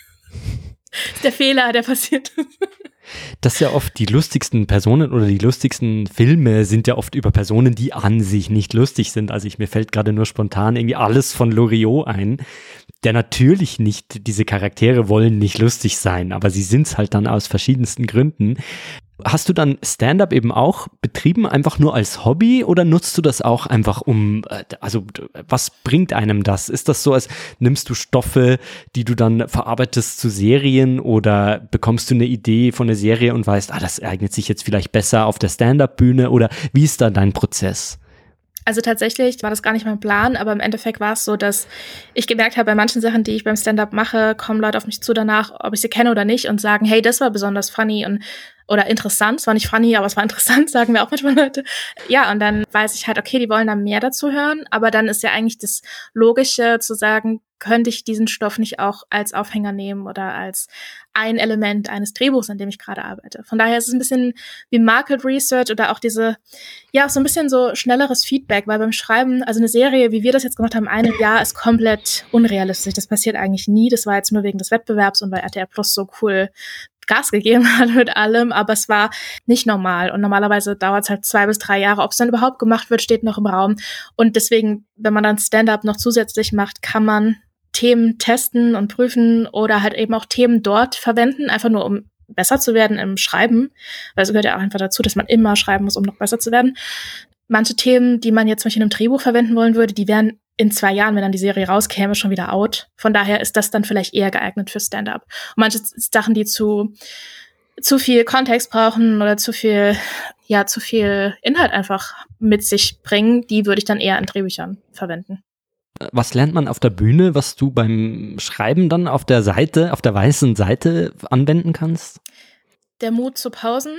Speaker 1: Das ist der Fehler, der passiert ist.
Speaker 2: Das ist ja oft die lustigsten Personen oder die lustigsten Filme sind ja oft über Personen, die an sich nicht lustig sind. Also mir fällt gerade nur spontan irgendwie Alles von Loriot ein, der natürlich nicht, diese Charaktere wollen nicht lustig sein, aber sie sind es halt dann aus verschiedensten Gründen. Hast du dann Stand-up eben auch betrieben, einfach nur als Hobby oder nutzt du das auch einfach also was bringt einem das? Ist das so, als nimmst du Stoffe, die du dann verarbeitest zu Serien oder bekommst du eine Idee von der Serie und weißt, das eignet sich jetzt vielleicht besser auf der Stand-up-Bühne oder wie ist da dein Prozess?
Speaker 1: Also tatsächlich war das gar nicht mein Plan, aber im Endeffekt war es so, dass ich gemerkt habe, bei manchen Sachen, die ich beim Stand-up mache, kommen Leute auf mich zu danach, ob ich sie kenne oder nicht und sagen, hey, das war besonders funny oder interessant. Es war nicht funny, aber es war interessant, sagen mir auch manchmal Leute. Ja, und dann weiß ich halt, okay, die wollen da mehr dazu hören, aber dann ist ja eigentlich das Logische zu sagen, könnte ich diesen Stoff nicht auch als Aufhänger nehmen oder als ein Element eines Drehbuchs, an dem ich gerade arbeite. Von daher ist es ein bisschen wie Market Research oder auch auch so ein bisschen so schnelleres Feedback, weil beim Schreiben, also eine Serie, wie wir das jetzt gemacht haben, einem Jahr, ist komplett unrealistisch. Das passiert eigentlich nie. Das war jetzt nur wegen des Wettbewerbs und weil RTL Plus so cool Gas gegeben hat mit allem, aber es war nicht normal und normalerweise dauert es halt 2 bis 3 Jahre. Ob es dann überhaupt gemacht wird, steht noch im Raum und deswegen, wenn man dann Stand-up noch zusätzlich macht, kann man Themen testen und prüfen oder halt eben auch Themen dort verwenden, einfach nur um besser zu werden im Schreiben, weil es gehört ja auch einfach dazu, dass man immer schreiben muss, um noch besser zu werden. Manche Themen, die man jetzt zum Beispiel in einem Drehbuch verwenden wollen würde, die wären in 2 Jahren, wenn dann die Serie rauskäme, schon wieder out. Von daher ist das dann vielleicht eher geeignet für Stand-up. Und manche Sachen, die zu viel Kontext brauchen oder zu viel Inhalt einfach mit sich bringen, die würde ich dann eher in Drehbüchern verwenden.
Speaker 2: Was lernt man auf der Bühne, was du beim Schreiben dann auf der weißen Seite anwenden kannst?
Speaker 1: Der Mut zu Pausen,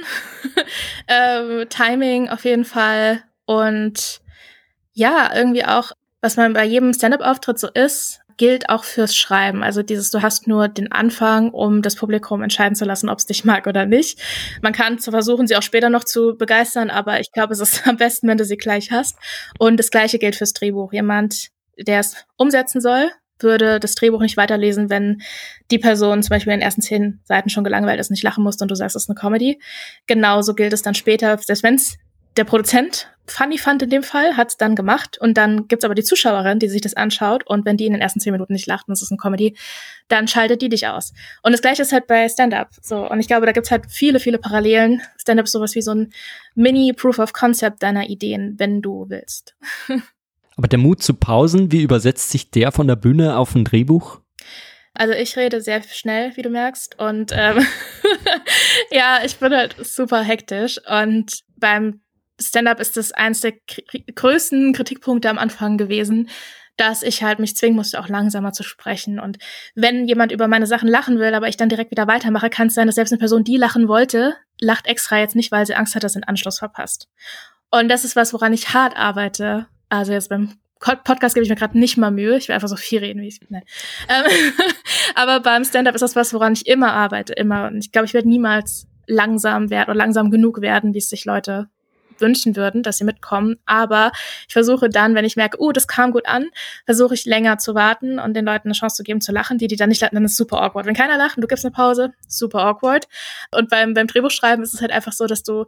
Speaker 1: Timing auf jeden Fall und ja, irgendwie auch, was man bei jedem Stand-up-Auftritt so ist, gilt auch fürs Schreiben. Also du hast nur den Anfang, um das Publikum entscheiden zu lassen, ob es dich mag oder nicht. Man kann versuchen, sie auch später noch zu begeistern, aber ich glaube, es ist am besten, wenn du sie gleich hast. Und das Gleiche gilt fürs Drehbuch. Jemand, der es umsetzen soll, würde das Drehbuch nicht weiterlesen, wenn die Person zum Beispiel in den ersten 10 Seiten schon gelangweilt ist, nicht lachen musste und du sagst, es ist eine Comedy. Genauso gilt es dann später, selbst wenn es der Produzent funny fand in dem Fall, hat es dann gemacht und dann gibt's aber die Zuschauerin, die sich das anschaut und wenn die in den ersten 10 Minuten nicht lacht und es ist eine Comedy, dann schaltet die dich aus. Und das Gleiche ist halt bei Stand-up so und ich glaube, da gibt's halt viele, viele Parallelen. Stand-up ist sowas wie so ein Mini-Proof of Concept deiner Ideen, wenn du willst.
Speaker 2: Aber der Mut zu Pausen, wie übersetzt sich der von der Bühne auf ein Drehbuch?
Speaker 1: Also ich rede sehr schnell, wie du merkst und ja, ich bin halt super hektisch und beim Stand-up ist das eins der größten Kritikpunkte am Anfang gewesen, dass ich halt mich zwingen musste, auch langsamer zu sprechen. Und wenn jemand über meine Sachen lachen will, aber ich dann direkt wieder weitermache, kann es sein, dass selbst eine Person, die lachen wollte, lacht extra jetzt nicht, weil sie Angst hat, dass sie den Anschluss verpasst. Und das ist was, woran ich hart arbeite. Also jetzt beim Podcast gebe ich mir gerade nicht mal Mühe. Ich will einfach so viel reden, wie ich will. Aber beim Stand-up ist das was, woran ich immer arbeite, immer. Und ich glaube, ich werde niemals langsam genug werden, wie es sich Leute wünschen würden, dass sie mitkommen. Aber ich versuche dann, wenn ich merke, das kam gut an, versuche ich länger zu warten und den Leuten eine Chance zu geben, zu lachen. Die dann nicht lachen, dann ist es super awkward. Wenn keiner lacht und du gibst eine Pause, super awkward. Und beim Drehbuchschreiben ist es halt einfach so, dass du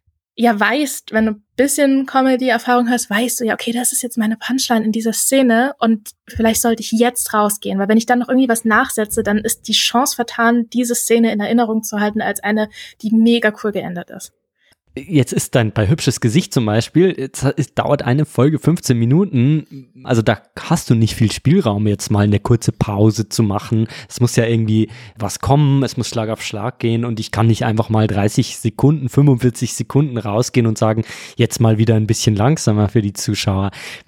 Speaker 1: ja weißt, wenn du ein bisschen Comedy-Erfahrung hast, weißt du ja, okay, das ist jetzt meine Punchline in dieser Szene und vielleicht sollte ich jetzt rausgehen, weil wenn ich dann noch irgendwie was nachsetze, dann ist die Chance vertan, diese Szene in Erinnerung zu halten als eine, die mega cool geändert ist.
Speaker 2: Jetzt ist bei Hübsches Gesicht zum Beispiel, es dauert eine Folge 15 Minuten, also da hast du nicht viel Spielraum, jetzt mal eine kurze Pause zu machen. Es muss ja irgendwie was kommen, es muss Schlag auf Schlag gehen und ich kann nicht einfach mal 30 Sekunden, 45 Sekunden rausgehen und sagen, jetzt mal wieder ein bisschen langsamer für die Zuschauer.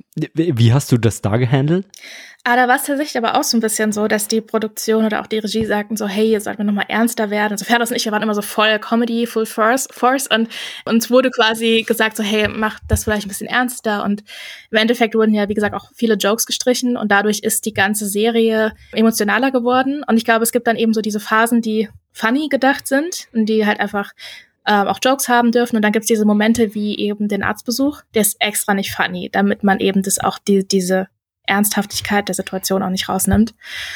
Speaker 2: Wie hast du das da gehandelt?
Speaker 1: Da war es tatsächlich aber auch so ein bisschen so, dass die Produktion oder auch die Regie sagten so, hey, jetzt sollten wir nochmal ernster werden. Also Ferdos und ich, wir waren immer so voll Comedy, full force und uns wurde quasi gesagt so, hey, mach das vielleicht ein bisschen ernster und im Endeffekt wurden ja, wie gesagt, auch viele Jokes gestrichen und dadurch ist die ganze Serie emotionaler geworden und ich glaube, es gibt dann eben so diese Phasen, die funny gedacht sind und die halt einfach auch Jokes haben dürfen und dann gibt's diese Momente wie eben den Arztbesuch, der ist extra nicht funny, damit man eben das auch diese Ernsthaftigkeit der Situation auch nicht rausnimmt.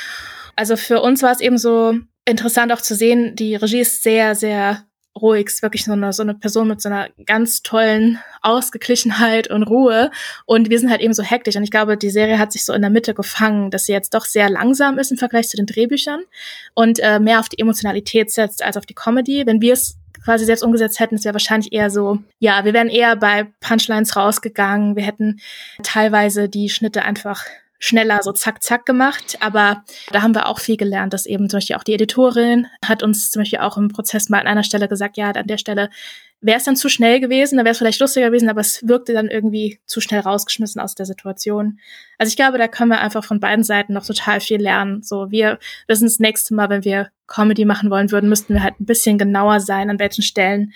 Speaker 1: Also für uns war es eben so interessant auch zu sehen, die Regie ist sehr, sehr ruhig, ist wirklich so eine Person mit so einer ganz tollen Ausgeglichenheit und Ruhe und wir sind halt eben so hektisch und ich glaube, die Serie hat sich so in der Mitte gefangen, dass sie jetzt doch sehr langsam ist im Vergleich zu den Drehbüchern und mehr auf die Emotionalität setzt als auf die Comedy. Wenn wir es quasi selbst umgesetzt hätten, es wäre wahrscheinlich eher so, ja, wir wären eher bei Punchlines rausgegangen, wir hätten teilweise die Schnitte einfach schneller so zack, zack gemacht, aber da haben wir auch viel gelernt, dass eben zum Beispiel auch die Editorin hat uns zum Beispiel auch im Prozess mal an einer Stelle gesagt, ja, an der Stelle wäre es dann zu schnell gewesen, dann wäre es vielleicht lustiger gewesen, aber es wirkte dann irgendwie zu schnell rausgeschmissen aus der Situation. Also ich glaube, da können wir einfach von beiden Seiten noch total viel lernen. So, wir wissen das nächste Mal, wenn wir Comedy machen wollen würden, müssten wir halt ein bisschen genauer sein, an welchen Stellen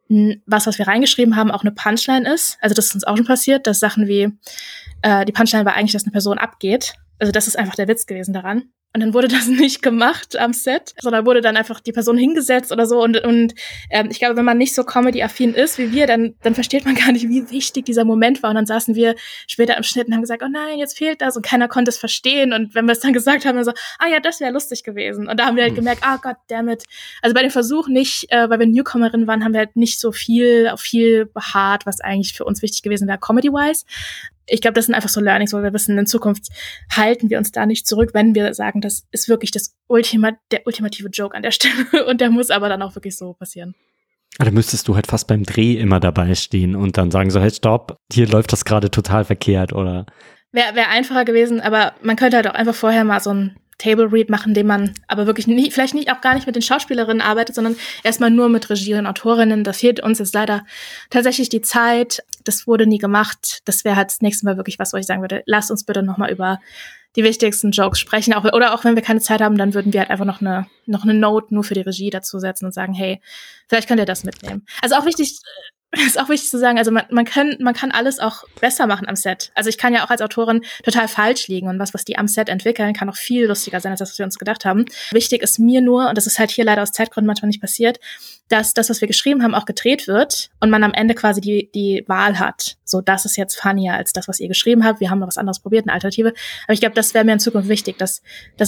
Speaker 1: was wir reingeschrieben haben, auch eine Punchline ist. Also das ist uns auch schon passiert, dass Sachen wie die Punchline war eigentlich, dass eine Person abgeht. Also das ist einfach der Witz gewesen daran. Und dann wurde das nicht gemacht am Set, sondern wurde dann einfach die Person hingesetzt oder so. Und ich glaube, wenn man nicht so Comedy-affin ist wie wir, dann versteht man gar nicht, wie wichtig dieser Moment war. Und dann saßen wir später im Schnitt und haben gesagt, oh nein, jetzt fehlt das. Und keiner konnte es verstehen. Und wenn wir es dann gesagt haben, dann so, ja, das wäre lustig gewesen. Und da haben wir halt gemerkt, God damn it. Also bei dem Versuch nicht, weil wir Newcomerinnen waren, haben wir halt nicht so auf viel beharrt, was eigentlich für uns wichtig gewesen wäre, Comedy-wise. Ich glaube, das sind einfach so Learnings, wo wir wissen, in Zukunft halten wir uns da nicht zurück, wenn wir sagen, das ist wirklich der ultimative Joke an der Stelle und der muss aber dann auch wirklich so passieren.
Speaker 2: Da müsstest du halt fast beim Dreh immer dabei stehen und dann sagen so, hey, stopp, hier läuft das gerade total verkehrt, oder?
Speaker 1: Wäre einfacher gewesen, aber man könnte halt auch einfach vorher mal so ein Table Read machen, den man aber wirklich vielleicht nicht auch gar nicht mit den Schauspielerinnen arbeitet, sondern erstmal nur mit Regie und Autorinnen. Da fehlt uns jetzt leider tatsächlich die Zeit. Das wurde nie gemacht. Das wäre halt das nächste Mal wirklich was, wo ich sagen würde, lasst uns bitte nochmal über die wichtigsten Jokes sprechen. Oder auch wenn wir keine Zeit haben, dann würden wir halt einfach noch eine Note nur für die Regie dazu setzen und sagen, hey, vielleicht könnt ihr das mitnehmen. Also auch wichtig, ist auch wichtig zu sagen, also man kann alles auch besser machen am Set. Also ich kann ja auch als Autorin total falsch liegen und was die am Set entwickeln, kann auch viel lustiger sein, als das, was wir uns gedacht haben. Wichtig ist mir nur, und das ist halt hier leider aus Zeitgründen manchmal nicht passiert, dass das, was wir geschrieben haben, auch gedreht wird und man am Ende quasi die Wahl hat. So, das ist jetzt funnier als das, was ihr geschrieben habt. Wir haben noch was anderes probiert, eine Alternative. Aber ich glaube, das wäre mir in Zukunft wichtig, dass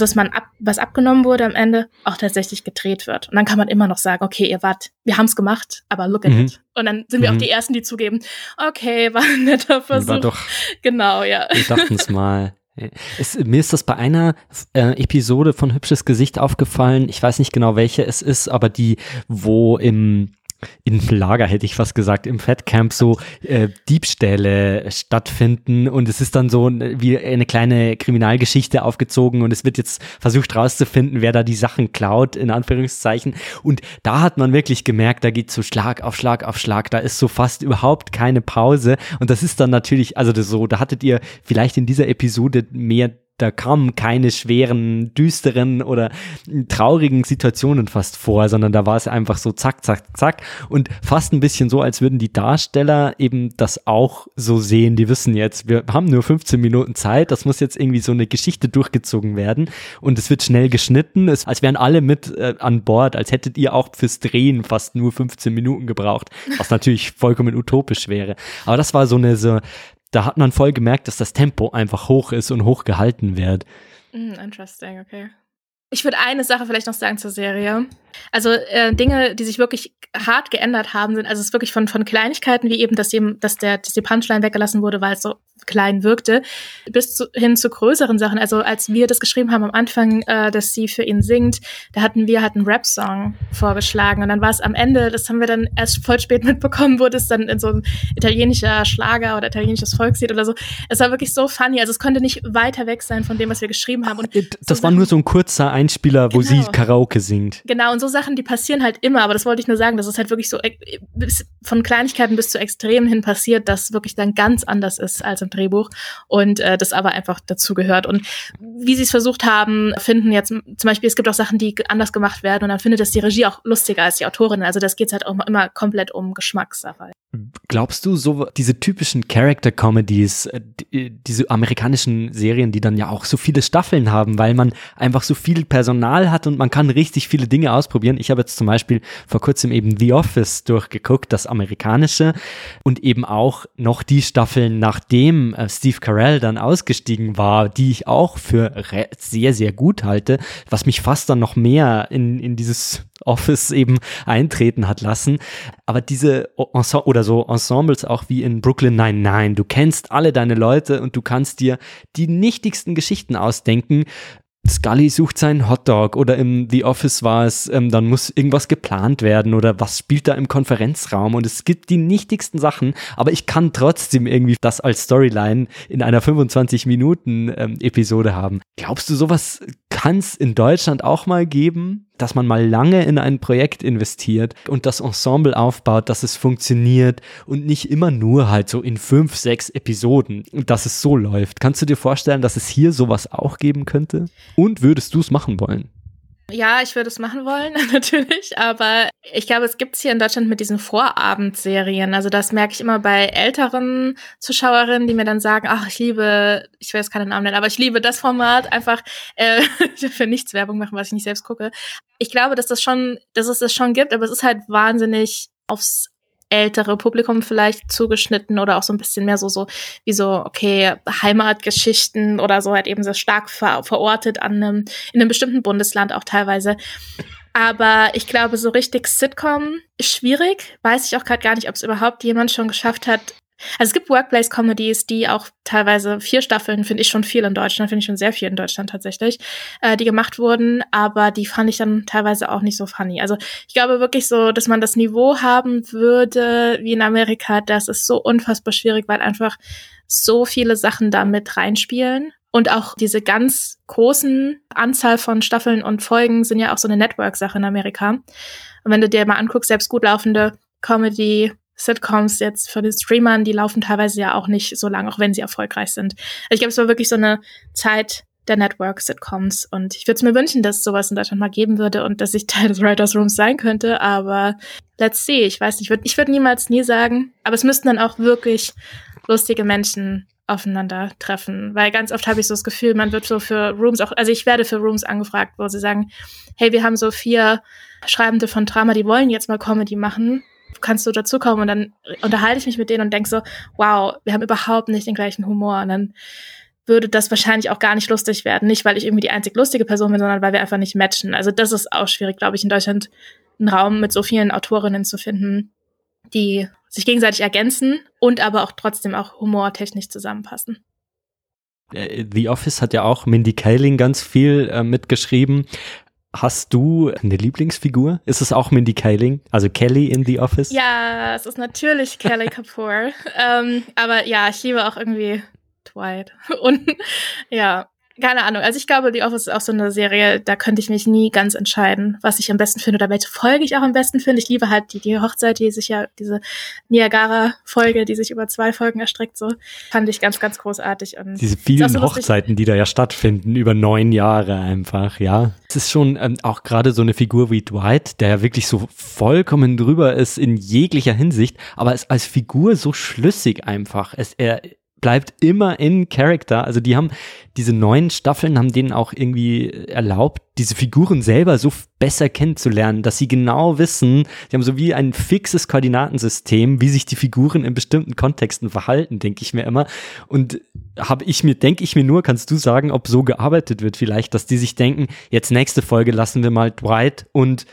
Speaker 1: was abgenommen wurde am Ende, auch tatsächlich gedreht wird. Und dann kann man immer noch sagen, okay, wir haben's gemacht, aber look at it. Und dann sind wir auch die Ersten, die zugeben, okay, war ein netter Versuch.
Speaker 2: War doch,
Speaker 1: genau, ja.
Speaker 2: Wir dachten's mal. Mir ist das bei einer Episode von Hübsches Gesicht aufgefallen, ich weiß nicht genau, welche es ist, aber die, wo im Lager, hätte ich fast gesagt, im Fatcamp so Diebstähle stattfinden und es ist dann so wie eine kleine Kriminalgeschichte aufgezogen und es wird jetzt versucht rauszufinden, wer da die Sachen klaut, in Anführungszeichen, und da hat man wirklich gemerkt, da geht so Schlag auf Schlag auf Schlag, da ist so fast überhaupt keine Pause und das ist dann natürlich, also das so, da hattet ihr vielleicht in dieser Episode mehr da kamen keine schweren, düsteren oder traurigen Situationen fast vor, sondern da war es einfach so zack, zack, zack und fast ein bisschen so, als würden die Darsteller eben das auch so sehen. Die wissen jetzt, wir haben nur 15 Minuten Zeit, das muss jetzt irgendwie so eine Geschichte durchgezogen werden und es wird schnell geschnitten, als wären alle mit an Bord, als hättet ihr auch fürs Drehen fast nur 15 Minuten gebraucht, was natürlich vollkommen utopisch wäre. Aber das war da hat man voll gemerkt, dass das Tempo einfach hoch ist und hoch gehalten wird.
Speaker 1: Interesting, okay. Ich würde eine Sache vielleicht noch sagen zur Serie. Also Dinge, die sich wirklich hart geändert haben, sind, also es ist wirklich von Kleinigkeiten, wie eben, dass die Punchline weggelassen wurde, weil es so klein wirkte, hin zu größeren Sachen. Also als wir das geschrieben haben am Anfang, dass sie für ihn singt, da hatten wir einen Rap-Song vorgeschlagen und dann war es am Ende, das haben wir dann erst voll spät mitbekommen, wurde es dann in so ein italienischer Schlager oder italienisches Volkslied oder so. Es war wirklich so funny, also es konnte nicht weiter weg sein von dem, was wir geschrieben haben. Und
Speaker 2: das so war nur so ein kurzer Einspieler, wo sie Karaoke singt.
Speaker 1: Genau, und so Sachen, die passieren halt immer, aber das wollte ich nur sagen, dass es halt wirklich so von Kleinigkeiten bis zu Extremen hin passiert, das wirklich dann ganz anders ist als im Drehbuch und das aber einfach dazu gehört. Und wie sie es versucht haben, finden jetzt zum Beispiel, es gibt auch Sachen, die anders gemacht werden und dann findet es die Regie auch lustiger als die Autorin. Also das geht halt auch immer komplett um Geschmackssache.
Speaker 2: Glaubst du, so diese typischen Character-Comedies, diese amerikanischen Serien, die dann ja auch so viele Staffeln haben, weil man einfach so viel Personal hat und man kann richtig viele Dinge ausprobieren. Ich habe jetzt zum Beispiel vor kurzem eben The Office durchgeguckt, das amerikanische, und eben auch noch die Staffeln, nachdem Steve Carell dann ausgestiegen war, die ich auch für sehr, sehr gut halte, was mich fast dann noch mehr in dieses Office eben eintreten hat lassen. Aber diese Ensembles auch wie in Brooklyn Nine-Nine, du kennst alle deine Leute und du kannst dir die nichtigsten Geschichten ausdenken. Scully sucht seinen Hotdog oder im The Office war es, dann muss irgendwas geplant werden oder was spielt da im Konferenzraum und es gibt die nichtigsten Sachen, aber ich kann trotzdem irgendwie das als Storyline in einer 25-Minuten-Episode haben. Glaubst du, sowas kann es in Deutschland auch mal geben, dass man mal lange in ein Projekt investiert und das Ensemble aufbaut, dass es funktioniert und nicht immer nur halt so in 5, 6 Episoden, dass es so läuft? Kannst du dir vorstellen, dass es hier sowas auch geben könnte? Und würdest du es machen wollen?
Speaker 1: Ja, ich würde es machen wollen, natürlich, aber ich glaube, es gibt es hier in Deutschland mit diesen Vorabendserien. Also das merke ich immer bei älteren Zuschauerinnen, die mir dann sagen, ach, ich will jetzt keinen Namen nennen, aber ich liebe das Format, einfach für nichts Werbung machen, was ich nicht selbst gucke. Ich glaube, dass es das schon gibt, aber es ist halt wahnsinnig aufs ältere Publikum vielleicht zugeschnitten oder auch so ein bisschen mehr so wie so, okay, Heimatgeschichten oder so halt eben so stark verortet in einem bestimmten Bundesland auch teilweise. Aber ich glaube, so richtig Sitcom ist schwierig. Weiß ich auch gerade gar nicht, ob es überhaupt jemand schon geschafft hat. Also es gibt Workplace-Comedies, die auch teilweise 4 Staffeln, finde ich schon viel in Deutschland, finde ich schon sehr viel in Deutschland tatsächlich, die gemacht wurden, aber die fand ich dann teilweise auch nicht so funny. Also ich glaube wirklich so, dass man das Niveau haben würde wie in Amerika, das ist so unfassbar schwierig, weil einfach so viele Sachen da mit reinspielen. Und auch diese ganz großen Anzahl von Staffeln und Folgen sind ja auch so eine Network-Sache in Amerika. Und wenn du dir mal anguckst, selbst gut laufende Comedy-Sitcoms jetzt von den Streamern, die laufen teilweise ja auch nicht so lang, auch wenn sie erfolgreich sind. Also ich glaube, es war wirklich so eine Zeit der Network-Sitcoms und ich würde es mir wünschen, dass es sowas in Deutschland mal geben würde und dass ich Teil des Writers Rooms sein könnte, aber let's see, ich weiß nicht, ich würde niemals nie sagen, aber es müssten dann auch wirklich lustige Menschen aufeinandertreffen, weil ganz oft habe ich so das Gefühl, man wird so für Rooms auch, also ich werde für Rooms angefragt, wo sie sagen, hey, wir haben so 4 Schreibende von Drama, die wollen jetzt mal Comedy machen, kannst du dazukommen? Und dann unterhalte ich mich mit denen und denke so, wow, wir haben überhaupt nicht den gleichen Humor und dann würde das wahrscheinlich auch gar nicht lustig werden, nicht weil ich irgendwie die einzig lustige Person bin, sondern weil wir einfach nicht matchen. Also das ist auch schwierig, glaube ich, in Deutschland einen Raum mit so vielen Autorinnen zu finden, die sich gegenseitig ergänzen und aber auch trotzdem auch humortechnisch zusammenpassen.
Speaker 2: The Office hat ja auch Mindy Kaling ganz viel mitgeschrieben. Hast du eine Lieblingsfigur? Ist es auch Mindy Kaling? Also Kelly in The Office?
Speaker 1: Ja, es ist natürlich Kelly Kapoor. Aber ja, ich liebe auch irgendwie Dwight. Und ja, Keine Ahnung. Also ich glaube, The Office ist auch so eine Serie, da könnte ich mich nie ganz entscheiden, was ich am besten finde oder welche Folge ich auch am besten finde. Ich liebe halt die Hochzeit, diese Niagara-Folge, die sich über 2 Folgen erstreckt, so. Fand ich ganz, ganz großartig. Und
Speaker 2: diese vielen
Speaker 1: so
Speaker 2: Hochzeiten, die da ja stattfinden, über 9 Jahre einfach, ja. Es ist schon auch gerade so eine Figur wie Dwight, der ja wirklich so vollkommen drüber ist in jeglicher Hinsicht, aber ist als Figur so schlüssig einfach. Er bleibt immer in Character. Also diese 9 Staffeln haben denen auch irgendwie erlaubt, diese Figuren selber so besser kennenzulernen, dass sie genau wissen, die haben so wie ein fixes Koordinatensystem, wie sich die Figuren in bestimmten Kontexten verhalten, denke ich mir immer. Und denke ich mir nur, kannst du sagen, ob so gearbeitet wird vielleicht, dass die sich denken, jetzt nächste Folge lassen wir mal Dwight und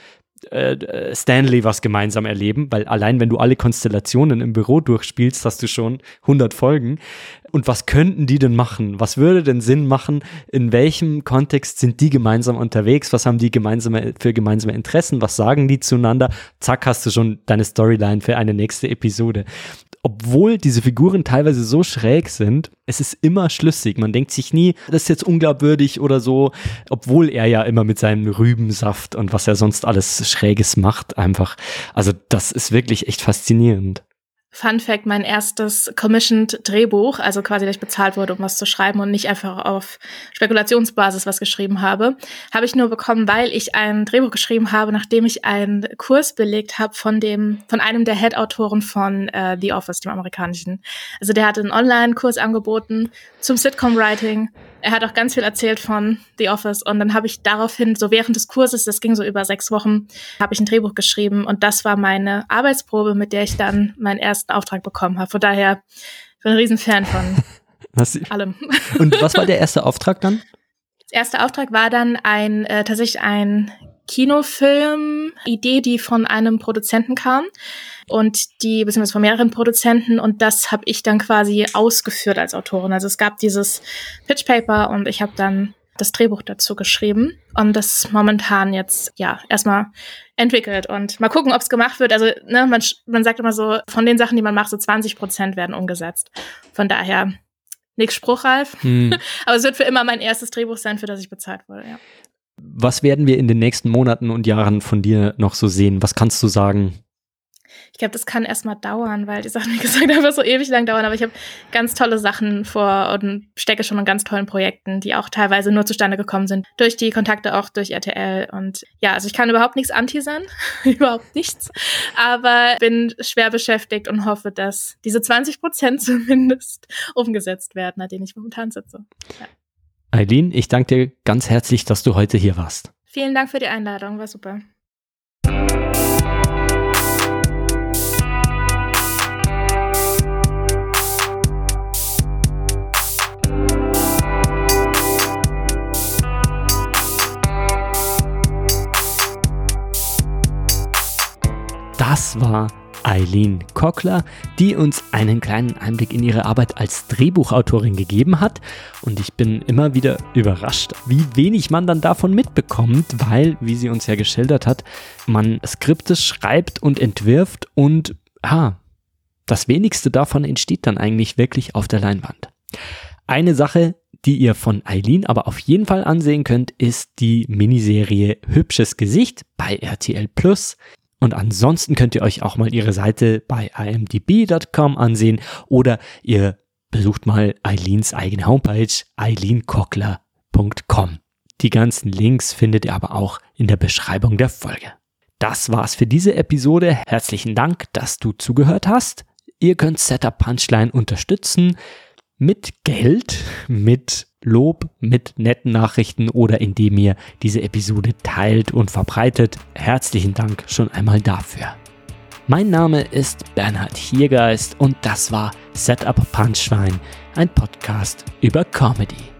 Speaker 2: Stanley was gemeinsam erleben, weil allein wenn du alle Konstellationen im Büro durchspielst, hast du schon 100 Folgen. Und was könnten die denn machen? Was würde denn Sinn machen? In welchem Kontext sind die gemeinsam unterwegs? Was haben die für gemeinsame Interessen? Was sagen die zueinander? Zack, hast du schon deine Storyline für eine nächste Episode. Obwohl diese Figuren teilweise so schräg sind, es ist immer schlüssig. Man denkt sich nie, das ist jetzt unglaubwürdig oder so, obwohl er ja immer mit seinem Rübensaft und was er sonst alles Schräges macht einfach. Also das ist wirklich echt faszinierend.
Speaker 1: Fun Fact, mein erstes Commissioned Drehbuch, also quasi, dass ich bezahlt wurde, um was zu schreiben und nicht einfach auf Spekulationsbasis was geschrieben habe ich nur bekommen, weil ich ein Drehbuch geschrieben habe, nachdem ich einen Kurs belegt habe von einem der Head-Autoren von The Office, dem amerikanischen. Also der hatte einen Online-Kurs angeboten zum Sitcom-Writing. Er hat auch ganz viel erzählt von The Office und dann habe ich daraufhin, so während des Kurses, das ging so über 6 Wochen, habe ich ein Drehbuch geschrieben und das war meine Arbeitsprobe, mit der ich dann meinen ersten Auftrag bekommen habe. Von daher ich bin ein Riesenfan von allem.
Speaker 2: Und was war der erste Auftrag dann?
Speaker 1: Der erste Auftrag war dann tatsächlich ein Kinofilm-Idee, die von einem Produzenten kam beziehungsweise von mehreren Produzenten und das habe ich dann quasi ausgeführt als Autorin. Also es gab dieses Pitch Paper und ich habe dann das Drehbuch dazu geschrieben und das ist momentan jetzt erstmal entwickelt und mal gucken, ob es gemacht wird. Also man sagt immer so, von den Sachen, die man macht, so 20% werden umgesetzt. Von daher nichts spruchreif, aber es wird für immer mein erstes Drehbuch sein, für das ich bezahlt wurde, ja.
Speaker 2: Was werden wir in den nächsten Monaten und Jahren von dir noch so sehen? Was kannst du sagen?
Speaker 1: Ich glaube, das kann erstmal dauern, weil die Sachen, wie gesagt, einfach so ewig lang dauern. Aber ich habe ganz tolle Sachen vor und stecke schon in ganz tollen Projekten, die auch teilweise nur zustande gekommen sind. Durch die Kontakte auch durch RTL. Und ja, also ich kann überhaupt nichts anteasern. Überhaupt nichts. Aber bin schwer beschäftigt und hoffe, dass diese 20% zumindest umgesetzt werden, an denen ich momentan sitze. Ja.
Speaker 2: Aylin, ich danke dir ganz herzlich, dass du heute hier warst.
Speaker 1: Vielen Dank für die Einladung, war super.
Speaker 2: Das war Aylin Cockler, die uns einen kleinen Einblick in ihre Arbeit als Drehbuchautorin gegeben hat. Und ich bin immer wieder überrascht, wie wenig man dann davon mitbekommt, weil, wie sie uns ja geschildert hat, man Skripte schreibt und entwirft und das wenigste davon entsteht dann eigentlich wirklich auf der Leinwand. Eine Sache, die ihr von Aylin aber auf jeden Fall ansehen könnt, ist die Miniserie Hübsches Gesicht bei RTL+. Und ansonsten könnt ihr euch auch mal ihre Seite bei imdb.com ansehen oder ihr besucht mal Aylins eigene Homepage aylincockler.com. Die ganzen Links findet ihr aber auch in der Beschreibung der Folge. Das war's für diese Episode. Herzlichen Dank, dass du zugehört hast. Ihr könnt Setup Punchline unterstützen mit Geld, mit Lob, mit netten Nachrichten oder indem ihr diese Episode teilt und verbreitet. Herzlichen Dank schon einmal dafür. Mein Name ist Bernhard Hiergeist und das war Setup Punchline, ein Podcast über Comedy.